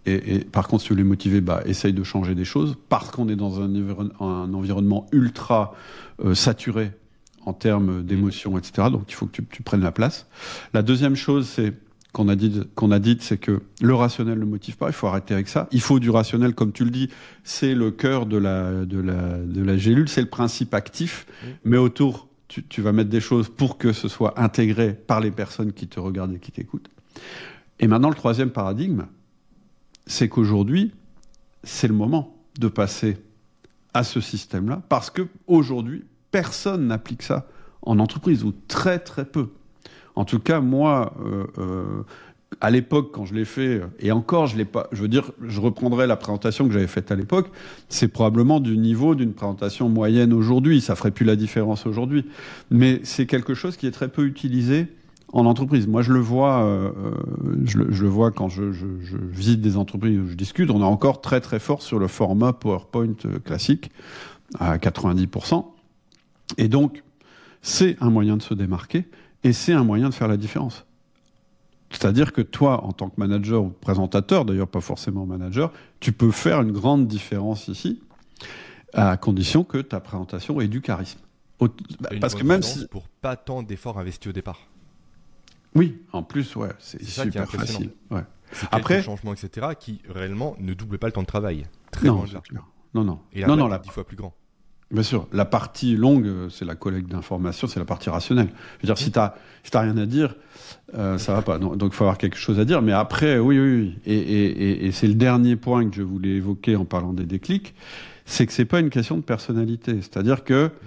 Speaker 1: Et, et par contre, si vous les motivez, bah, essaye de changer des choses, parce qu'on est dans un, un environnement ultra euh, saturé en termes d'émotions, et cetera. Donc, il faut que tu, tu prennes la place. La deuxième chose, c'est qu'on a dit, qu'on a dit, c'est que le rationnel ne motive pas. Il faut arrêter avec ça. Il faut du rationnel, comme tu le dis. C'est le cœur de la, de la, de la gélule. C'est le principe actif. Mmh. Mais autour, tu, tu vas mettre des choses pour que ce soit intégré par les personnes qui te regardent et qui t'écoutent. Et maintenant, le troisième paradigme, c'est qu'aujourd'hui, c'est le moment de passer à ce système-là, parce qu'aujourd'hui, personne n'applique ça en entreprise, ou très très peu. En tout cas, moi, euh, euh, à l'époque, quand je l'ai fait, et encore, je l'ai pas, je veux dire, je reprendrai la présentation que j'avais faite à l'époque, c'est probablement du niveau d'une présentation moyenne aujourd'hui, ça ferait plus la différence aujourd'hui. Mais c'est quelque chose qui est très peu utilisé en entreprise. Moi, je le vois, euh, je, le, je le vois quand je, je, je visite des entreprises où je discute, on est encore très très fort sur le format PowerPoint classique, à quatre-vingt-dix pour cent. Et donc, c'est un moyen de se démarquer, et c'est un moyen de faire la différence. C'est-à-dire que toi, en tant que manager ou présentateur, d'ailleurs pas forcément manager, tu peux faire une grande différence ici, à condition que ta présentation ait du charisme. Au...
Speaker 2: Parce que même si... Pour pas tant d'efforts investis au départ.
Speaker 1: Oui, en plus, ouais, c'est, c'est super ça qui est facile. Ouais.
Speaker 2: C'est après changements, et cetera, qui réellement ne doublent pas le temps de travail. Très
Speaker 1: non,
Speaker 2: loin de là.
Speaker 1: Non, non.
Speaker 2: Et la
Speaker 1: non, non, la...
Speaker 2: dix fois plus grand.
Speaker 1: Bien sûr, la partie longue, c'est la collecte d'informations, c'est la partie rationnelle. Je veux dire, mmh. si t'as, si t'as rien à dire, euh, ça va pas. Non, donc, il faut avoir quelque chose à dire. Mais après, oui, oui, oui. Et, et, et, et c'est le dernier point que je voulais évoquer en parlant des déclics, c'est que c'est pas une question de personnalité. C'est-à-dire que, mmh.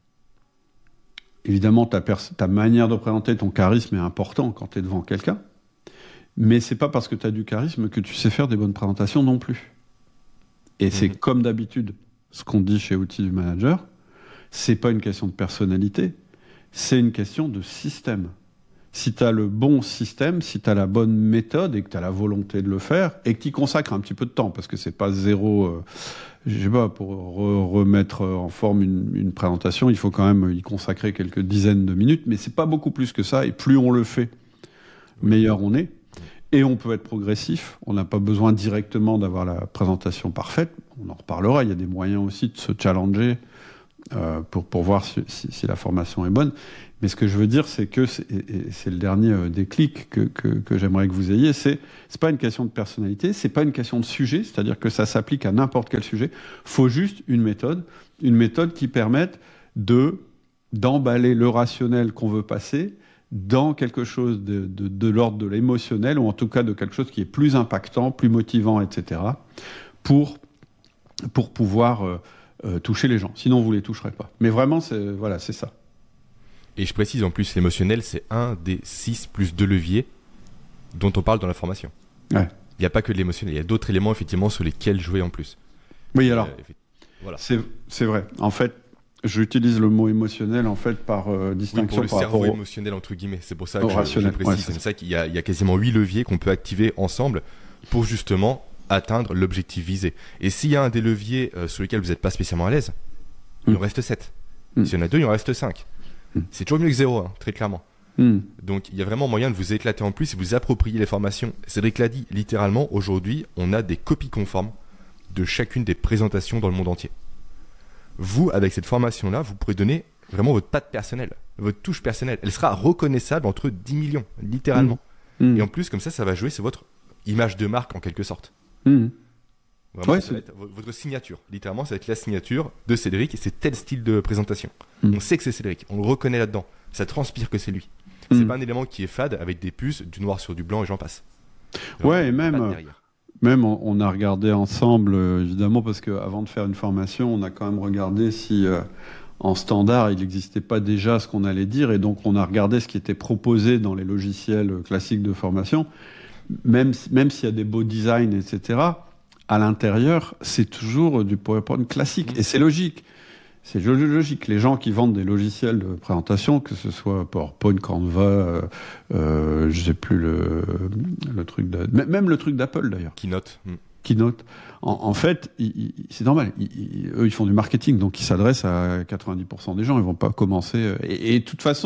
Speaker 1: évidemment, ta, pers- ta manière de présenter, ton charisme est important quand tu es devant quelqu'un. Mais c'est pas parce que tu as du charisme que tu sais faire des bonnes présentations non plus. Et mmh. c'est comme d'habitude. Ce qu'on dit chez Outils du Manager, c'est pas une question de personnalité, c'est une question de système. Si tu as le bon système, si tu as la bonne méthode et que tu as la volonté de le faire, et que tu y consacres un petit peu de temps, parce que c'est pas zéro, euh, je sais pas, pour re- remettre en forme une, une présentation, il faut quand même y consacrer quelques dizaines de minutes, mais c'est pas beaucoup plus que ça, et plus on le fait, meilleur on est. Et on peut être progressif, on n'a pas besoin directement d'avoir la présentation parfaite, on en reparlera, il y a des moyens aussi de se challenger euh, pour, pour voir si, si, si la formation est bonne. Mais ce que je veux dire, c'est que, c'est, et c'est le dernier déclic que, que, que j'aimerais que vous ayez, c'est c'est pas une question de personnalité, c'est pas une question de sujet, c'est-à-dire que ça s'applique à n'importe quel sujet, il faut juste une méthode, une méthode qui permette de, d'emballer le rationnel qu'on veut passer dans quelque chose de, de, de l'ordre de l'émotionnel, ou en tout cas de quelque chose qui est plus impactant, plus motivant, et cetera, pour, pour pouvoir euh, euh, toucher les gens. Sinon, vous ne les toucherez pas. Mais vraiment, c'est, voilà, c'est ça.
Speaker 2: Et je précise en plus, l'émotionnel, c'est un des six plus deux leviers dont on parle dans la formation.
Speaker 1: Ouais.
Speaker 2: Il n'y a pas que de l'émotionnel, il y a d'autres éléments effectivement sur lesquels jouer en plus.
Speaker 1: Oui, alors,
Speaker 2: euh, voilà.
Speaker 1: c'est, c'est vrai. En fait, j'utilise le mot émotionnel en fait par euh, distinction
Speaker 2: oui, pour le
Speaker 1: par
Speaker 2: cerveau
Speaker 1: rapport
Speaker 2: émotionnel entre guillemets. C'est pour ça que je,
Speaker 1: rationnel.
Speaker 2: je précise.
Speaker 1: Ouais,
Speaker 2: c'est, c'est ça qu'il y a, il y a quasiment huit leviers qu'on peut activer ensemble pour justement atteindre l'objectif visé. Et s'il y a un des leviers euh, sur lesquels vous n'êtes pas spécialement à l'aise, mm. il en reste sept. Mm. S'il y en a deux, il en reste cinq. Mm. C'est toujours mieux que zéro, hein, très clairement. Mm. Donc il y a vraiment moyen de vous éclater en plus et vous approprier les formations. Cédric l'a dit, littéralement, aujourd'hui, on a des copies conformes de chacune des présentations dans le monde entier. Vous, avec cette formation-là, vous pourrez donner vraiment votre patte personnelle, votre touche personnelle. Elle sera reconnaissable entre dix millions, littéralement. Mmh. Et en plus, comme ça, ça va jouer sur votre image de marque, en quelque sorte. Mmh. Vraiment, ouais, ça va être votre signature. Littéralement, ça va être la signature de Cédric, et c'est tel style de présentation. Mmh. On sait que c'est Cédric, on le reconnaît là-dedans. Ça transpire que c'est lui. Mmh. C'est pas un élément qui est fade, avec des puces, du noir sur du blanc, et j'en passe.
Speaker 1: Vraiment, ouais, et même... Même on, on a regardé ensemble, euh, évidemment, parce qu'avant de faire une formation, on a quand même regardé si euh, en standard, il n'existait pas déjà ce qu'on allait dire, et donc on a regardé ce qui était proposé dans les logiciels classiques de formation. Même, même s'il y a des beaux designs, et cetera, à l'intérieur, c'est toujours du PowerPoint classique, et c'est logique. C'est logique. Les gens qui vendent des logiciels de présentation, que ce soit PowerPoint, Canva, euh, euh, je sais plus le, le truc de, même le truc d'Apple d'ailleurs.
Speaker 2: Keynote. Mm.
Speaker 1: Keynote. En, en fait, il, il, c'est normal. Il, il, eux, ils font du marketing, donc ils s'adressent à quatre-vingt-dix pour cent des gens. Ils vont pas commencer. Et, et de toute façon,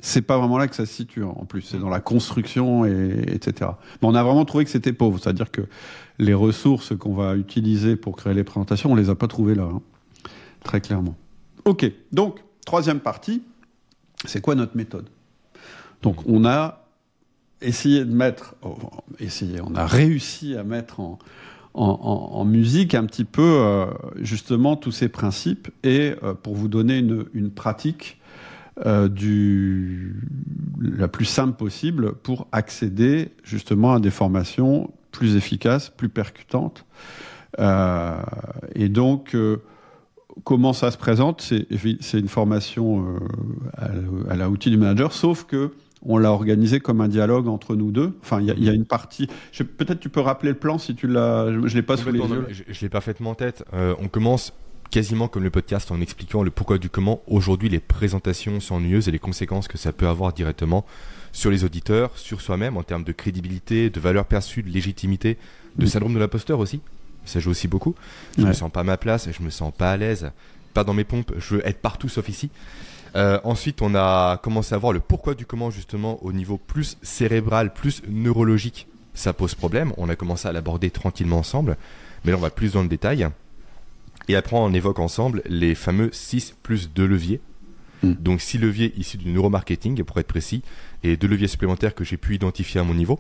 Speaker 1: c'est pas vraiment là que ça se situe. En plus, c'est dans la construction, et, etc. Mais on a vraiment trouvé que c'était pauvre. C'est-à-dire que les ressources qu'on va utiliser pour créer les présentations, on les a pas trouvées là, hein, très clairement. Ok, donc troisième partie, c'est quoi notre méthode? Donc on a essayé de mettre, oh, essayé, on a réussi à mettre en En, en, en musique un petit peu euh, justement tous ces principes et euh, pour vous donner une, une pratique euh, du, la plus simple possible pour accéder justement à des formations plus efficaces, plus percutantes. Euh, et donc, euh, comment ça se présente? C'est, c'est une formation euh, à, à la outil du manager, sauf que on l'a organisé comme un dialogue entre nous deux. Enfin, il y, y a une partie... Je, peut-être tu peux rappeler le plan si tu l'as... Je ne l'ai pas sous les yeux.
Speaker 2: Je, je l'ai parfaitement en tête. Euh, on commence quasiment comme le podcast en expliquant le pourquoi du comment. Aujourd'hui, les présentations sont ennuyeuses et les conséquences que ça peut avoir directement sur les auditeurs, sur soi-même, en termes de crédibilité, de valeur perçue, de légitimité, de syndrome de l'imposteur aussi. Ça joue aussi beaucoup. Je ne ouais. me sens pas à ma place, je ne me sens pas à l'aise, pas dans mes pompes. Je veux être partout sauf ici. Euh, ensuite, on a commencé à voir le pourquoi du comment justement au niveau plus cérébral, plus neurologique. Ça pose problème. On a commencé à l'aborder tranquillement ensemble, mais là on va plus dans le détail. Et après, on évoque ensemble les fameux six plus deux leviers. Mmh. Donc six leviers issus du neuromarketing pour être précis, et deux leviers supplémentaires que j'ai pu identifier à mon niveau.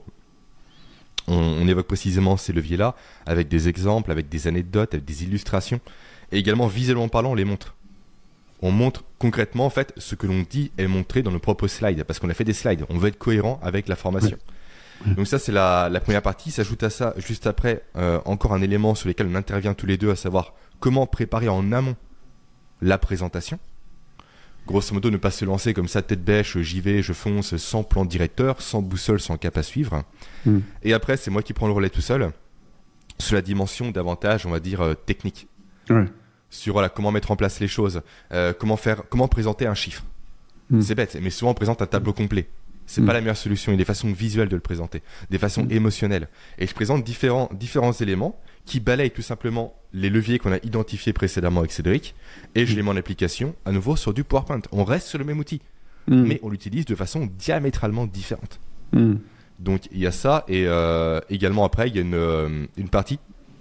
Speaker 2: On, on évoque précisément ces leviers-là avec des exemples, avec des anecdotes, avec des illustrations, et également visuellement parlant, on les montre. On montre concrètement en fait ce que l'on dit est montré dans nos propres slides, parce qu'on a fait des slides. On veut être cohérent avec la formation. Oui. Donc ça c'est la, la première partie. S'ajoute à ça juste après euh, encore un élément sur lequel on intervient tous les deux, à savoir comment préparer en amont la présentation. Grosso modo, ne pas se lancer comme ça tête bêche, j'y vais, je fonce, sans plan directeur, sans boussole, sans cap à suivre. Mm. Et après c'est moi qui prends le relais tout seul sur la dimension davantage, on va dire euh, technique.
Speaker 1: Oui.
Speaker 2: Sur voilà, comment mettre en place les choses, euh, comment faire, comment présenter un chiffre. Mmh. C'est bête, mais souvent on présente un tableau complet. C'est mmh. pas la meilleure solution. Il y a des façons visuelles de le présenter, des façons mmh. émotionnelles. Et je présente différents, différents éléments qui balayent tout simplement les leviers qu'on a identifiés précédemment avec Cédric, et je mmh. les mets en application à nouveau sur du PowerPoint. On reste sur le même outil, mmh. mais on l'utilise de façon diamétralement différente. Mmh. Donc il y a ça, et euh, également après il y a une, euh, une partie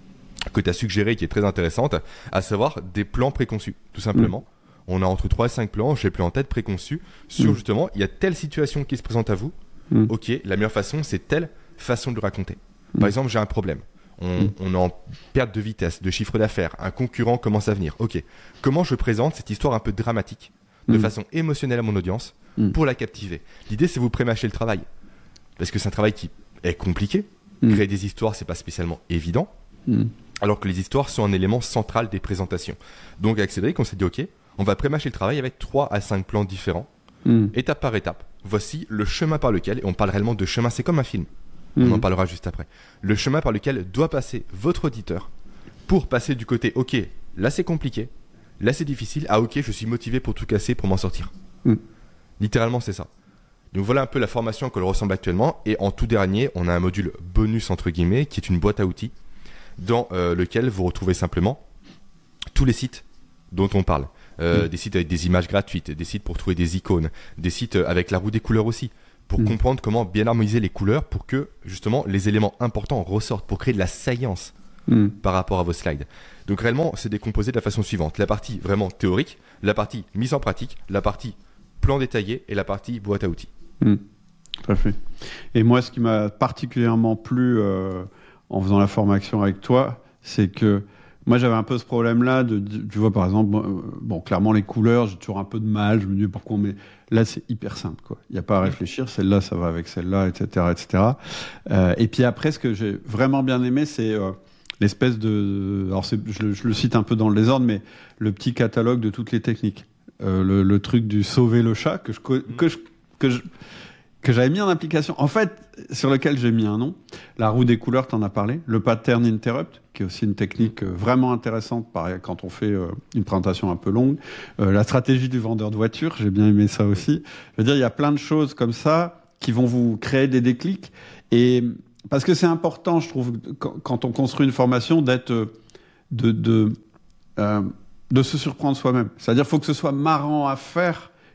Speaker 2: que tu as suggéré qui est très intéressante, à savoir des plans préconçus, tout simplement. Mmh. On a entre trois et cinq plans, j'ai plus en tête préconçus, sur mmh. justement, il y a telle situation qui se présente à vous, mmh. ok, la meilleure façon, c'est telle façon de le raconter. Par mmh. exemple, j'ai un problème, on, mmh. on est en perte de vitesse, de chiffre d'affaires, un concurrent commence à venir, ok, comment je présente cette histoire un peu dramatique, de mmh. façon émotionnelle à mon audience, mmh. pour la captiver. L'idée, c'est vous prémâcher le travail, parce que c'est un travail qui est compliqué, mmh. créer des histoires, c'est pas spécialement évident, mmh. alors que les histoires sont un élément central des présentations. Donc avec Cédric, on s'est dit ok, on va prémâcher le travail avec trois à cinq plans différents, mm. étape par étape. Voici le chemin par lequel, et on parle réellement de chemin, c'est comme un film, mm. on en parlera juste après, le chemin par lequel doit passer votre auditeur pour passer du côté ok, là c'est compliqué, là c'est difficile, ah ok, je suis motivé pour tout casser, pour m'en sortir. Mm. Littéralement c'est ça. Donc voilà un peu la formation que l'on ressemble actuellement, et en tout dernier, on a un module bonus entre guillemets, qui est une boîte à outils, dans euh, lequel vous retrouvez simplement tous les sites dont on parle. Euh, mmh. Des sites avec des images gratuites, des sites pour trouver des icônes, des sites avec la roue des couleurs aussi, pour mmh. comprendre comment bien harmoniser les couleurs pour que justement les éléments importants ressortent, pour créer de la science mmh. par rapport à vos slides. Donc réellement, c'est décomposé de la façon suivante. La partie vraiment théorique, la partie mise en pratique, la partie plan détaillé et la partie boîte à outils.
Speaker 1: Mmh. Tout à fait. Et moi, ce qui m'a particulièrement plu... Euh... en faisant la formation avec toi, c'est que moi j'avais un peu ce problème-là, de, de, tu vois par exemple, bon clairement les couleurs, j'ai toujours un peu de mal, je me dis pourquoi on met... Là c'est hyper simple, quoi. Il n'y a pas à réfléchir, celle-là ça va avec celle-là, et cetera, et cetera. Euh, et puis après, ce que j'ai vraiment bien aimé, c'est euh, l'espèce de... Alors c'est, je, le, je le cite un peu dans le désordre, mais le petit catalogue de toutes les techniques. Euh, le, le truc du sauver le chat, que je... Que je, que je que j'avais mis en application, en fait, sur lequel j'ai mis un nom. La roue des couleurs, t'en as parlé. Le pattern interrupt, qui est aussi une technique vraiment intéressante pareil, quand on fait euh, une présentation un peu longue. Euh, la stratégie du vendeur de voiture, j'ai bien aimé ça aussi. Je veux dire, il y a plein de choses comme ça qui vont vous créer des déclics. Et parce que c'est important, je trouve, quand on construit une formation, d'être, de, de, euh, de se surprendre soi-même. C'est-à-dire, il faut que ce soit marrant à faire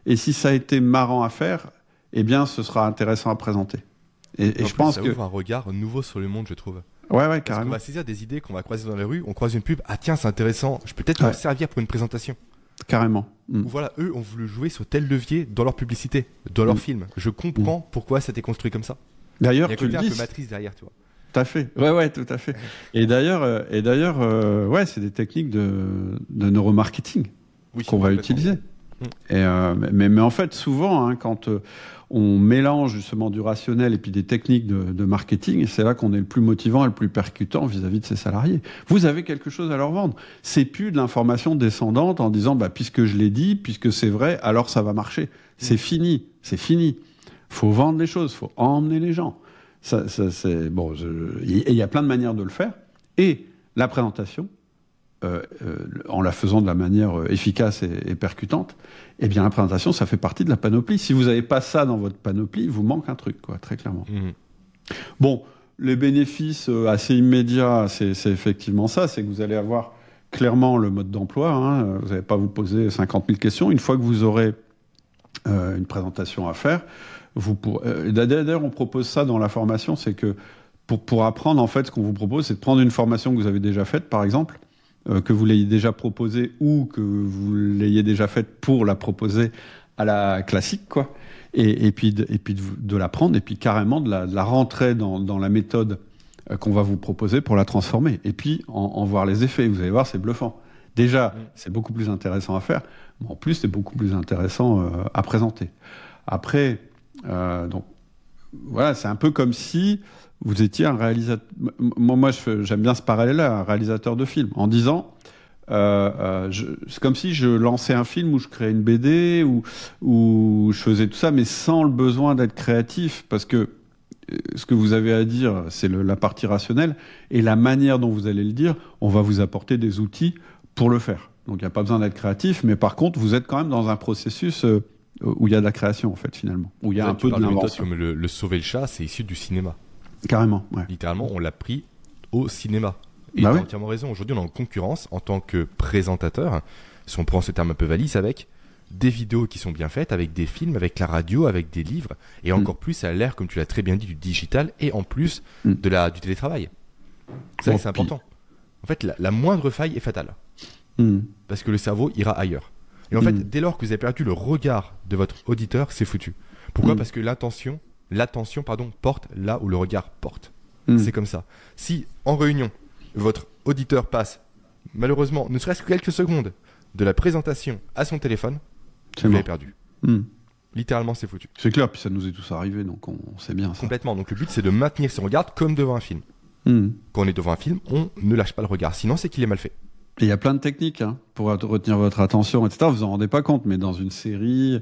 Speaker 1: Et si ça a été marrant à faire, eh bien, ce sera intéressant à présenter. Et, et
Speaker 2: en
Speaker 1: je
Speaker 2: plus,
Speaker 1: pense
Speaker 2: ça
Speaker 1: que...
Speaker 2: ouvre un regard nouveau sur le monde, je trouve.
Speaker 1: Ouais, ouais,
Speaker 2: Parce
Speaker 1: carrément.
Speaker 2: qu'on va saisir des idées qu'on va croiser dans la rue, on croise une pub, ah tiens, c'est intéressant, je peux peut-être
Speaker 1: Ouais.
Speaker 2: m'en servir pour une présentation.
Speaker 1: Carrément. Mm.
Speaker 2: Ou voilà, eux ont voulu jouer sur tel levier dans leur publicité, dans leur
Speaker 1: Mm.
Speaker 2: film. Je comprends pourquoi ça a été construit comme ça.
Speaker 1: D'ailleurs,
Speaker 2: Il y a
Speaker 1: tu le
Speaker 2: côté un
Speaker 1: dis...
Speaker 2: peu matrice derrière, tu vois.
Speaker 1: Tout à fait. Ouais, ouais, tout à fait. Et d'ailleurs, euh, et d'ailleurs, euh, ouais, c'est des techniques de, de neuromarketing
Speaker 2: Oui,
Speaker 1: qu'on va
Speaker 2: complètement.
Speaker 1: utiliser. Et euh, mais, mais en fait, souvent, hein, quand euh, on mélange justement du rationnel et puis des techniques de, de marketing, c'est là qu'on est le plus motivant et le plus percutant vis-à-vis de ses salariés. Vous avez quelque chose à leur vendre. C'est plus de l'information descendante en disant, bah, puisque je l'ai dit, puisque c'est vrai, alors ça va marcher. C'est fini. C'est fini. Faut vendre les choses. Faut emmener les gens. Ça, ça, c'est bon. je- Et il y a plein de manières de le faire. Et la présentation, euh, euh, en la faisant de la manière euh, efficace et, et percutante, eh bien la présentation, ça fait partie de la panoplie. Si vous n'avez pas ça dans votre panoplie, il vous manque un truc, quoi, très clairement.
Speaker 2: Mhm.
Speaker 1: Bon, les bénéfices euh, assez immédiats, c'est c'est effectivement ça, c'est que vous allez avoir clairement le mode d'emploi. Hein, vous n'allez pas vous poser cinquante mille questions. Une fois que vous aurez euh, une présentation à faire, vous pourrez... euh, D'ailleurs, on propose ça dans la formation, c'est que pour, pour apprendre, en fait, ce qu'on vous propose, c'est de prendre une formation que vous avez déjà faite, par exemple, euh, que vous l'ayez déjà proposée ou que vous l'ayez déjà faite pour la proposer à la classique, quoi. Et, et puis, de, et puis de, de la prendre et puis carrément de la, de la rentrer dans, dans la méthode euh, qu'on va vous proposer pour la transformer. Et puis en, en voir les effets. Vous allez voir, c'est bluffant. Déjà,
Speaker 2: Mm.
Speaker 1: c'est beaucoup plus intéressant à faire, mais en plus, c'est beaucoup plus intéressant euh, à présenter. Après, euh, donc, voilà, c'est un peu comme si vous étiez un réalisateur. Moi, moi je fais- j'aime bien ce parallèle-là, un réalisateur de film, en disant. Euh, euh, je- c'est comme si je lançais un film où je créais une B D, où, où je faisais tout ça, mais sans le besoin d'être créatif, parce que euh, ce que vous avez à dire, c'est le- la partie rationnelle, et la manière dont vous allez le dire, on va vous apporter des outils pour le faire. Donc il n'y a pas besoin d'être créatif, mais par contre, vous êtes quand même dans un processus euh, où il y a de la création, en fait, finalement, où il y a
Speaker 2: Là,
Speaker 1: un
Speaker 2: tu
Speaker 1: peu de
Speaker 2: parles méthode
Speaker 1: l'invention.
Speaker 2: comme le, le sauver le chat, c'est issu du cinéma.
Speaker 1: Carrément, ouais.
Speaker 2: Littéralement, on l'a pris au cinéma. Et
Speaker 1: Bah
Speaker 2: tu as
Speaker 1: ouais.
Speaker 2: entièrement raison. Aujourd'hui, on est en concurrence en tant que présentateur, si on prend ce terme un peu valise, avec des vidéos qui sont bien faites, avec des films, avec la radio, avec des livres, et encore plus à l'ère, comme tu l'as très bien dit, du digital, et en plus
Speaker 1: Mm.
Speaker 2: de la, du télétravail. C'est vrai
Speaker 1: Bon,
Speaker 2: que c'est
Speaker 1: puis-
Speaker 2: important. En fait, la, la moindre faille est fatale,
Speaker 1: Hmm.
Speaker 2: parce que le cerveau ira ailleurs. Et en fait,
Speaker 1: Mm.
Speaker 2: dès lors que vous avez perdu le regard de votre auditeur, c'est foutu. Pourquoi
Speaker 1: Mm.
Speaker 2: Parce que l'intention, l'attention, pardon, porte là où le regard porte.
Speaker 1: Hmm.
Speaker 2: C'est comme ça. Si, en réunion, votre auditeur passe, malheureusement, ne serait-ce que quelques secondes de la présentation à son téléphone,
Speaker 1: C'est
Speaker 2: vous l'avez
Speaker 1: mort.
Speaker 2: perdu.
Speaker 1: Hmm.
Speaker 2: Littéralement, c'est foutu.
Speaker 1: C'est clair, puis ça nous est tous arrivé, donc on, on sait bien ça.
Speaker 2: Complètement. Donc le but, c'est de maintenir son regard comme devant un film.
Speaker 1: Hmm.
Speaker 2: Quand on est devant un film, on ne lâche pas le regard. Sinon, c'est qu'il est mal fait.
Speaker 1: Et il y a plein de techniques hein, pour retenir votre attention, et cetera. Vous en rendez pas compte, mais dans une série,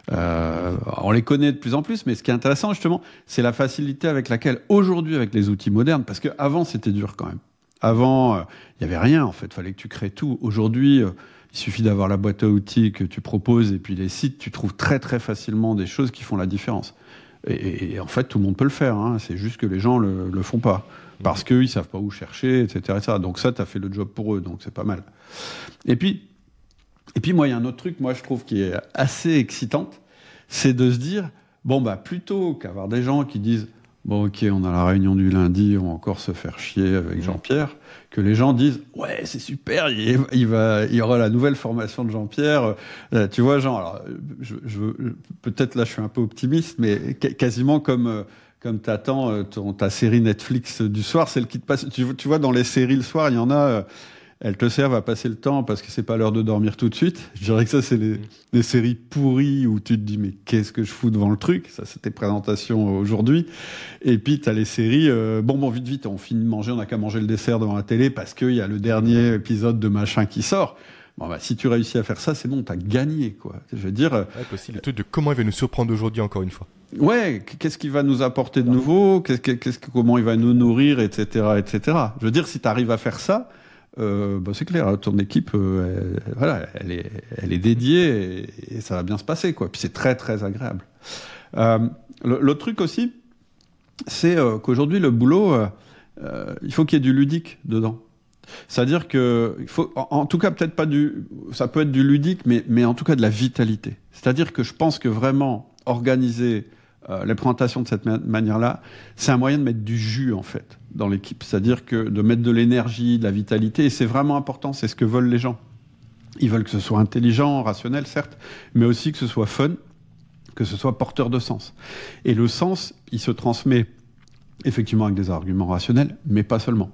Speaker 1: euh, on les connaît de plus en plus. Mais ce qui est intéressant, justement, c'est la facilité avec laquelle, aujourd'hui, avec les outils modernes, parce qu'avant, c'était dur quand même. Avant, il n'y avait rien, en fait. Il fallait que tu crées tout. Aujourd'hui, euh, il suffit d'avoir la boîte à outils que tu proposes, et puis les sites, tu trouves très, très facilement des choses qui font la différence. Et, et- et en fait, tout le monde peut le faire. Hein. C'est juste que les gens le, le font pas. Parce qu'ils ne savent pas où chercher, et cetera et cetera. Donc ça, tu as fait le job pour eux, donc c'est pas mal. Et puis, et puis moi, il y a un autre truc, moi, je trouve, qui est assez excitante, c'est de se dire, bon, bah, plutôt qu'avoir des gens qui disent, bon, ok, on a la réunion du lundi, on va encore se faire chier avec Jean-Pierre, que les gens disent, ouais, c'est super, il, il va, il y aura la nouvelle formation de Jean-Pierre. Euh, tu vois, Jean, alors, je, je, peut-être là, je suis un peu optimiste, mais qu- quasiment comme... euh, comme tu attends ta série Netflix du soir, celle qui te passe. Tu, tu vois, dans les séries le soir, il y en a, euh, elles te servent à passer le temps parce que c'est pas l'heure de dormir tout de suite. Je dirais que ça, c'est les, les séries pourries où tu te dis, mais qu'est-ce que je fous devant le truc? Ça, c'était présentation aujourd'hui. Et puis, tu as les séries, euh, bon, bon, vite, vite, on finit de manger, on n'a qu'à manger le dessert devant la télé parce qu'il y a le dernier épisode de machin qui sort. Bon, bah, si tu réussis à faire ça, c'est bon, t'as gagné, quoi. Je veux dire.
Speaker 2: Ouais, aussi le truc de comment il va nous surprendre aujourd'hui, encore une fois.
Speaker 1: Ouais, qu'est-ce qu'il va nous apporter de nouveau, qu'est-ce, qu'est-ce, comment il va nous nourrir, et cetera, et cetera. Je veux dire, si tu arrives à faire ça, euh, bah c'est clair, ton équipe, euh, elle, voilà, elle est, elle est dédiée et, et ça va bien se passer, quoi. Puis c'est très, très agréable. Euh, le, l'autre truc aussi, c'est euh, qu'aujourd'hui, le boulot, euh, euh, il faut qu'il y ait du ludique dedans. C'est-à-dire que, il faut, en, en tout cas, peut-être pas du, ça peut être du ludique, mais, mais en tout cas de la vitalité. C'est-à-dire que je pense que vraiment organiser euh, les présentations de cette ma- manière-là, c'est un moyen de mettre du jus, en fait, dans l'équipe. C'est-à-dire que de mettre de l'énergie, de la vitalité, et c'est vraiment important, c'est ce que veulent les gens. Ils veulent que ce soit intelligent, rationnel, certes, mais aussi que ce soit fun, que ce soit porteur de sens. Et le sens, il se transmet effectivement avec des arguments rationnels, mais pas seulement.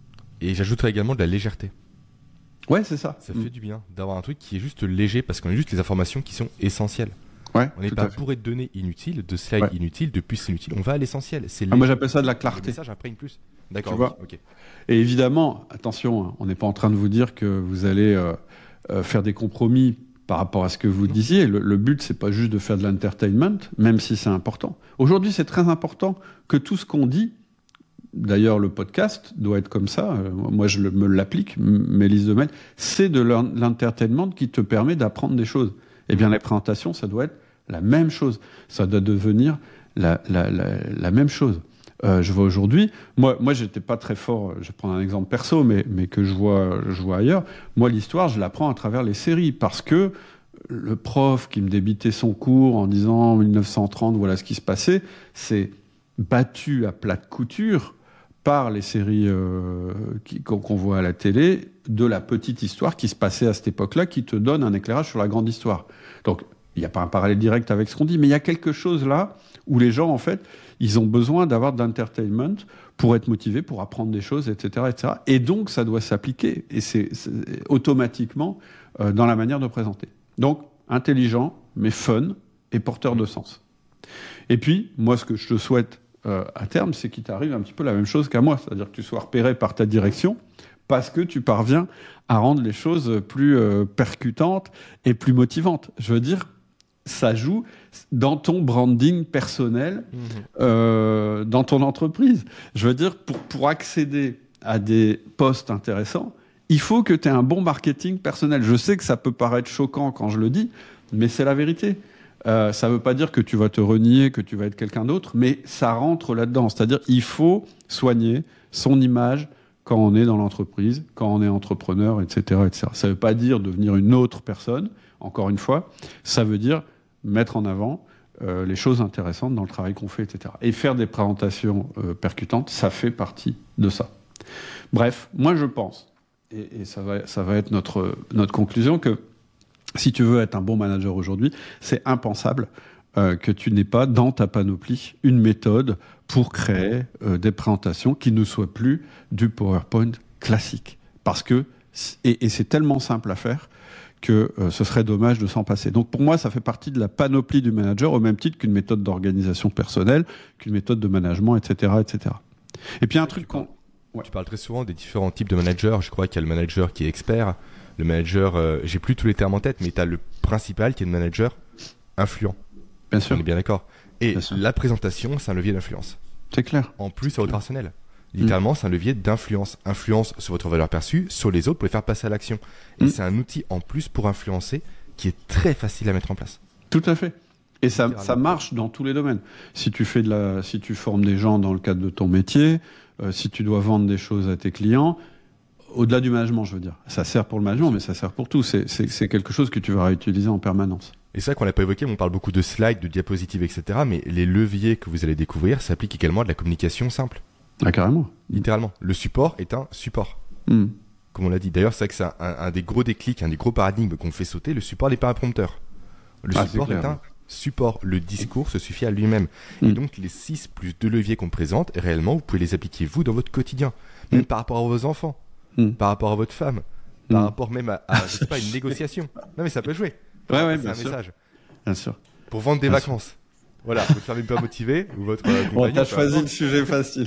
Speaker 2: Et j'ajouterais également de la légèreté.
Speaker 1: Ouais, c'est ça.
Speaker 2: Ça
Speaker 1: mmh.
Speaker 2: fait du bien d'avoir un truc qui est juste léger parce qu'on a juste les informations qui sont essentielles.
Speaker 1: Ouais,
Speaker 2: on n'est pas pour être donné inutile, de slides ouais. inutiles, de puces inutiles. On va à l'essentiel. C'est
Speaker 1: ah, moi, j'appelle ça de la clarté.
Speaker 2: Le message imprègne plus. D'accord.
Speaker 1: Tu vois
Speaker 2: okay.
Speaker 1: Et évidemment, attention, hein, on n'est pas en train de vous dire que vous allez euh, euh, faire des compromis par rapport à ce que vous non. disiez. Le, le but, c'est pas juste de faire de l'entertainment, même si c'est important. Aujourd'hui, c'est très important que tout ce qu'on dit. D'ailleurs, le podcast doit être comme ça. Euh, moi, je le, me l'applique, mes listes de mails. C'est de l'entertainment qui te permet d'apprendre des choses. Eh bien, les présentations, ça doit être la même chose. Ça doit devenir la, la, la, la même chose. Euh, je vois aujourd'hui, moi, moi, j'étais pas très fort. Je vais prendre un exemple perso, mais, mais que je vois, je vois ailleurs. Moi, l'histoire, je l'apprends à travers les séries, parce que le prof qui me débitait son cours en disant mille neuf cent trente, voilà ce qui se passait, c'est battu à plat de couture par les séries euh, qui, qu'on, qu'on voit à la télé, de la petite histoire qui se passait à cette époque-là, qui te donne un éclairage sur la grande histoire. Donc, il n'y a pas un parallèle direct avec ce qu'on dit, mais il y a quelque chose là où les gens, en fait, ils ont besoin d'avoir de l'entertainment pour être motivés, pour apprendre des choses, et cetera, et cetera. Et donc, ça doit s'appliquer, et c'est, c'est automatiquement euh, dans la manière de présenter. Donc, intelligent, mais fun et porteur de sens. Et puis, moi, ce que je te souhaite Euh, à terme, c'est qu'il t'arrive un petit peu la même chose qu'à moi, c'est-à-dire que tu sois repéré par ta direction parce que tu parviens à rendre les choses plus euh, percutantes et plus motivantes. Je veux dire, ça joue dans ton branding personnel, mmh. euh, dans ton entreprise. Je veux dire, pour, pour accéder à des postes intéressants, il faut que tu aies un bon marketing personnel. Je sais que ça peut paraître choquant quand je le dis, mais c'est la vérité. Euh, ça ne veut pas dire que tu vas te renier, que tu vas être quelqu'un d'autre, mais ça rentre là-dedans. C'est-à-dire il faut soigner son image quand on est dans l'entreprise, quand on est entrepreneur, et cetera, et cetera. Ça ne veut pas dire devenir une autre personne, encore une fois. Ça veut dire mettre en avant euh, les choses intéressantes dans le travail qu'on fait, et cetera. Et faire des présentations euh, percutantes, ça fait partie de ça. Bref, moi je pense, et, et ça va, ça va être notre, notre conclusion, que si tu veux être un bon manager aujourd'hui, c'est impensable euh, que tu n'aies pas dans ta panoplie une méthode pour créer euh, des présentations qui ne soient plus du PowerPoint classique. Parce que, et, et c'est tellement simple à faire que euh, ce serait dommage de s'en passer. Donc pour moi, ça fait partie de la panoplie du manager, au même titre qu'une méthode d'organisation personnelle, qu'une méthode de management, et cetera, et cetera. Et puis un truc qu'on...
Speaker 2: Ouais. Tu parles très souvent des différents types de managers. Je crois qu'il y a le manager qui est expert, le manager, euh, j'ai plus tous les termes en tête, mais tu as le principal qui est le manager influent.
Speaker 1: Bien sûr.
Speaker 2: On est bien d'accord. Et bien la présentation, c'est un levier d'influence.
Speaker 1: C'est clair.
Speaker 2: En plus, à votre arsenal. Littéralement, mmh. c'est un levier d'influence. Influence sur votre valeur perçue, sur les autres, pour les faire passer à l'action. Et mmh. c'est un outil en plus pour influencer qui est très facile à mettre en place.
Speaker 1: Tout à fait. Et ça, ça marche dans tous les domaines. Si tu fais de la, si tu formes des gens dans le cadre de ton métier, euh, si tu dois vendre des choses à tes clients, au-delà du management, je veux dire. Ça sert pour le management, mais ça sert pour tout. C'est, c'est, c'est quelque chose que tu vas réutiliser en permanence.
Speaker 2: Et c'est vrai qu'on l'a pas évoqué, mais on parle beaucoup de slides, de diapositives, et cetera. Mais les leviers que vous allez découvrir s'appliquent également à de la communication simple.
Speaker 1: Ah, carrément.
Speaker 2: Littéralement. Le support est un support.
Speaker 1: Mm.
Speaker 2: Comme on l'a dit. D'ailleurs, c'est vrai que c'est un, un, un des gros déclics, un des gros paradigmes qu'on fait sauter. Le support n'est pas un prompteur. Le ah, support est, est un support. Le discours se suffit à lui-même. Mm. Et donc, les six plus deux leviers qu'on présente, réellement, vous pouvez les appliquer, vous, dans votre quotidien. Même mm. par rapport à vos enfants. Mmh. Par rapport à votre femme, mmh. par rapport même à, à je sais pas, une négociation. Non mais ça peut jouer.
Speaker 1: Ouais, ouais,
Speaker 2: c'est
Speaker 1: bien
Speaker 2: un
Speaker 1: sûr.
Speaker 2: message.
Speaker 1: Bien sûr.
Speaker 2: Pour vendre des
Speaker 1: bien
Speaker 2: vacances. Sûr. Voilà, votre femme n'est pas motivée ou votre euh,
Speaker 1: compagnon. On t'a choisi le sujet facile.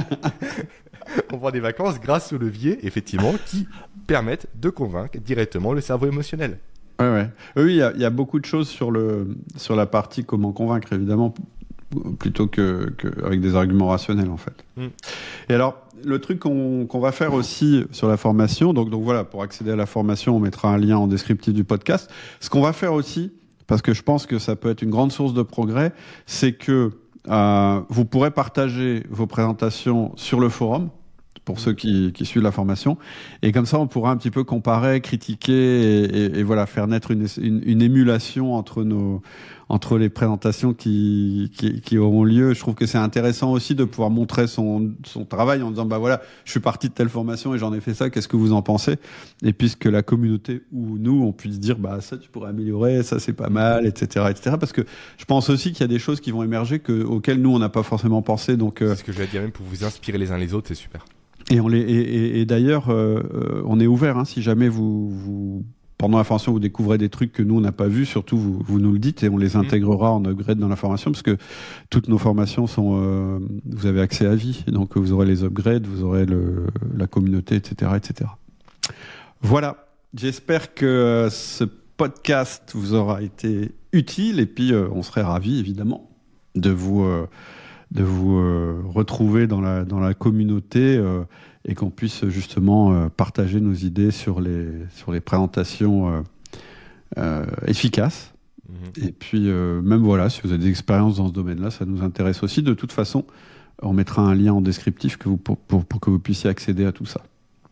Speaker 2: On vend des vacances grâce aux leviers, effectivement, qui permettent de convaincre directement le cerveau émotionnel.
Speaker 1: Ouais, ouais. Oui, il y a, y a beaucoup de choses sur le sur la partie comment convaincre, évidemment, plutôt que, que avec des arguments rationnels en fait. Mmh. Et alors le truc qu'on, qu'on va faire aussi sur la formation, donc donc voilà, pour accéder à la formation, on mettra un lien en descriptif du podcast. Ce qu'on va faire aussi, parce que je pense que ça peut être une grande source de progrès, c'est que euh, vous pourrez partager vos présentations sur le forum, pour ceux qui, qui suivent la formation. Et comme ça, on pourra un petit peu comparer, critiquer et, et, et voilà, faire naître une, une, une émulation entre nos, entre les présentations qui, qui, qui auront lieu. Je trouve que c'est intéressant aussi de pouvoir montrer son, son travail en disant, bah voilà, je suis parti de telle formation et j'en ai fait ça, qu'est-ce que vous en pensez? Et puisque la communauté ou nous, on puisse dire, bah ça, tu pourrais améliorer, ça, c'est pas mal, et cetera, et cetera. Parce que je pense aussi qu'il y a des choses qui vont émerger que, auxquelles nous, on n'a pas forcément pensé. Donc, euh...
Speaker 2: c'est ce que je vais dire, même pour vous inspirer les uns les autres, c'est super.
Speaker 1: Et, on les, et, et, et d'ailleurs, euh, on est ouvert. Hein, si jamais vous, vous, pendant la formation, vous découvrez des trucs que nous, on n'a pas vus, surtout vous, vous nous le dites et on les intégrera en upgrade dans la formation parce que toutes nos formations sont, euh, vous avez accès à vie. Et donc, vous aurez les upgrades, vous aurez le, la communauté, et cetera, et cetera. Voilà. J'espère que ce podcast vous aura été utile et puis euh, on serait ravis, évidemment, de vous... Euh, de vous euh, retrouver dans la, dans la communauté euh, et qu'on puisse justement euh, partager nos idées sur les, sur les présentations euh, euh, efficaces. Mmh. Et puis, euh, même voilà, si vous avez des expériences dans ce domaine-là, ça nous intéresse aussi. De toute façon, on mettra un lien en descriptif que vous, pour, pour, pour que vous puissiez accéder à tout ça.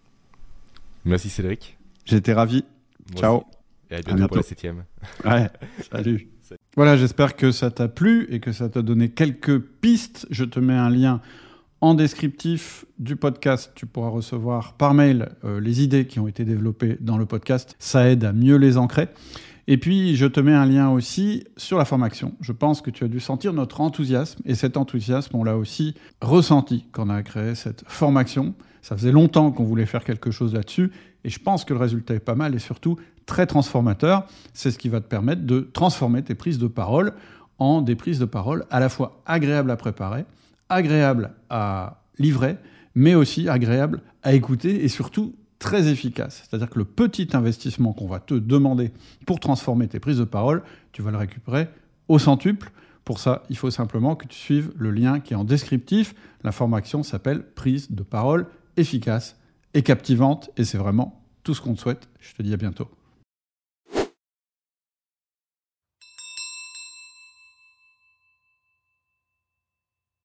Speaker 2: Merci Cédric.
Speaker 1: J'étais ravi.
Speaker 2: Moi
Speaker 1: Ciao.
Speaker 2: Aussi. Et à bientôt, à bientôt pour la septième.
Speaker 1: Ouais, salut. Voilà, j'espère que ça t'a plu et que ça t'a donné quelques pistes. Je te mets un lien en descriptif du podcast. Tu pourras recevoir par mail euh, les idées qui ont été développées dans le podcast. Ça aide à mieux les ancrer. Et puis, je te mets un lien aussi sur la formation. Je pense que tu as dû sentir notre enthousiasme. Et cet enthousiasme, on l'a aussi ressenti quand on a créé cette formation. Ça faisait longtemps qu'on voulait faire quelque chose là-dessus. Et je pense que le résultat est pas mal et surtout très transformateur. C'est ce qui va te permettre de transformer tes prises de parole en des prises de parole à la fois agréables à préparer, agréables à livrer, mais aussi agréables à écouter et surtout très efficaces. C'est-à-dire que le petit investissement qu'on va te demander pour transformer tes prises de parole, tu vas le récupérer au centuple. Pour ça, il faut simplement que tu suives le lien qui est en descriptif. La formation s'appelle « Prise de parole efficace et captivante » et c'est vraiment tout ce qu'on te souhaite. Je te dis à bientôt.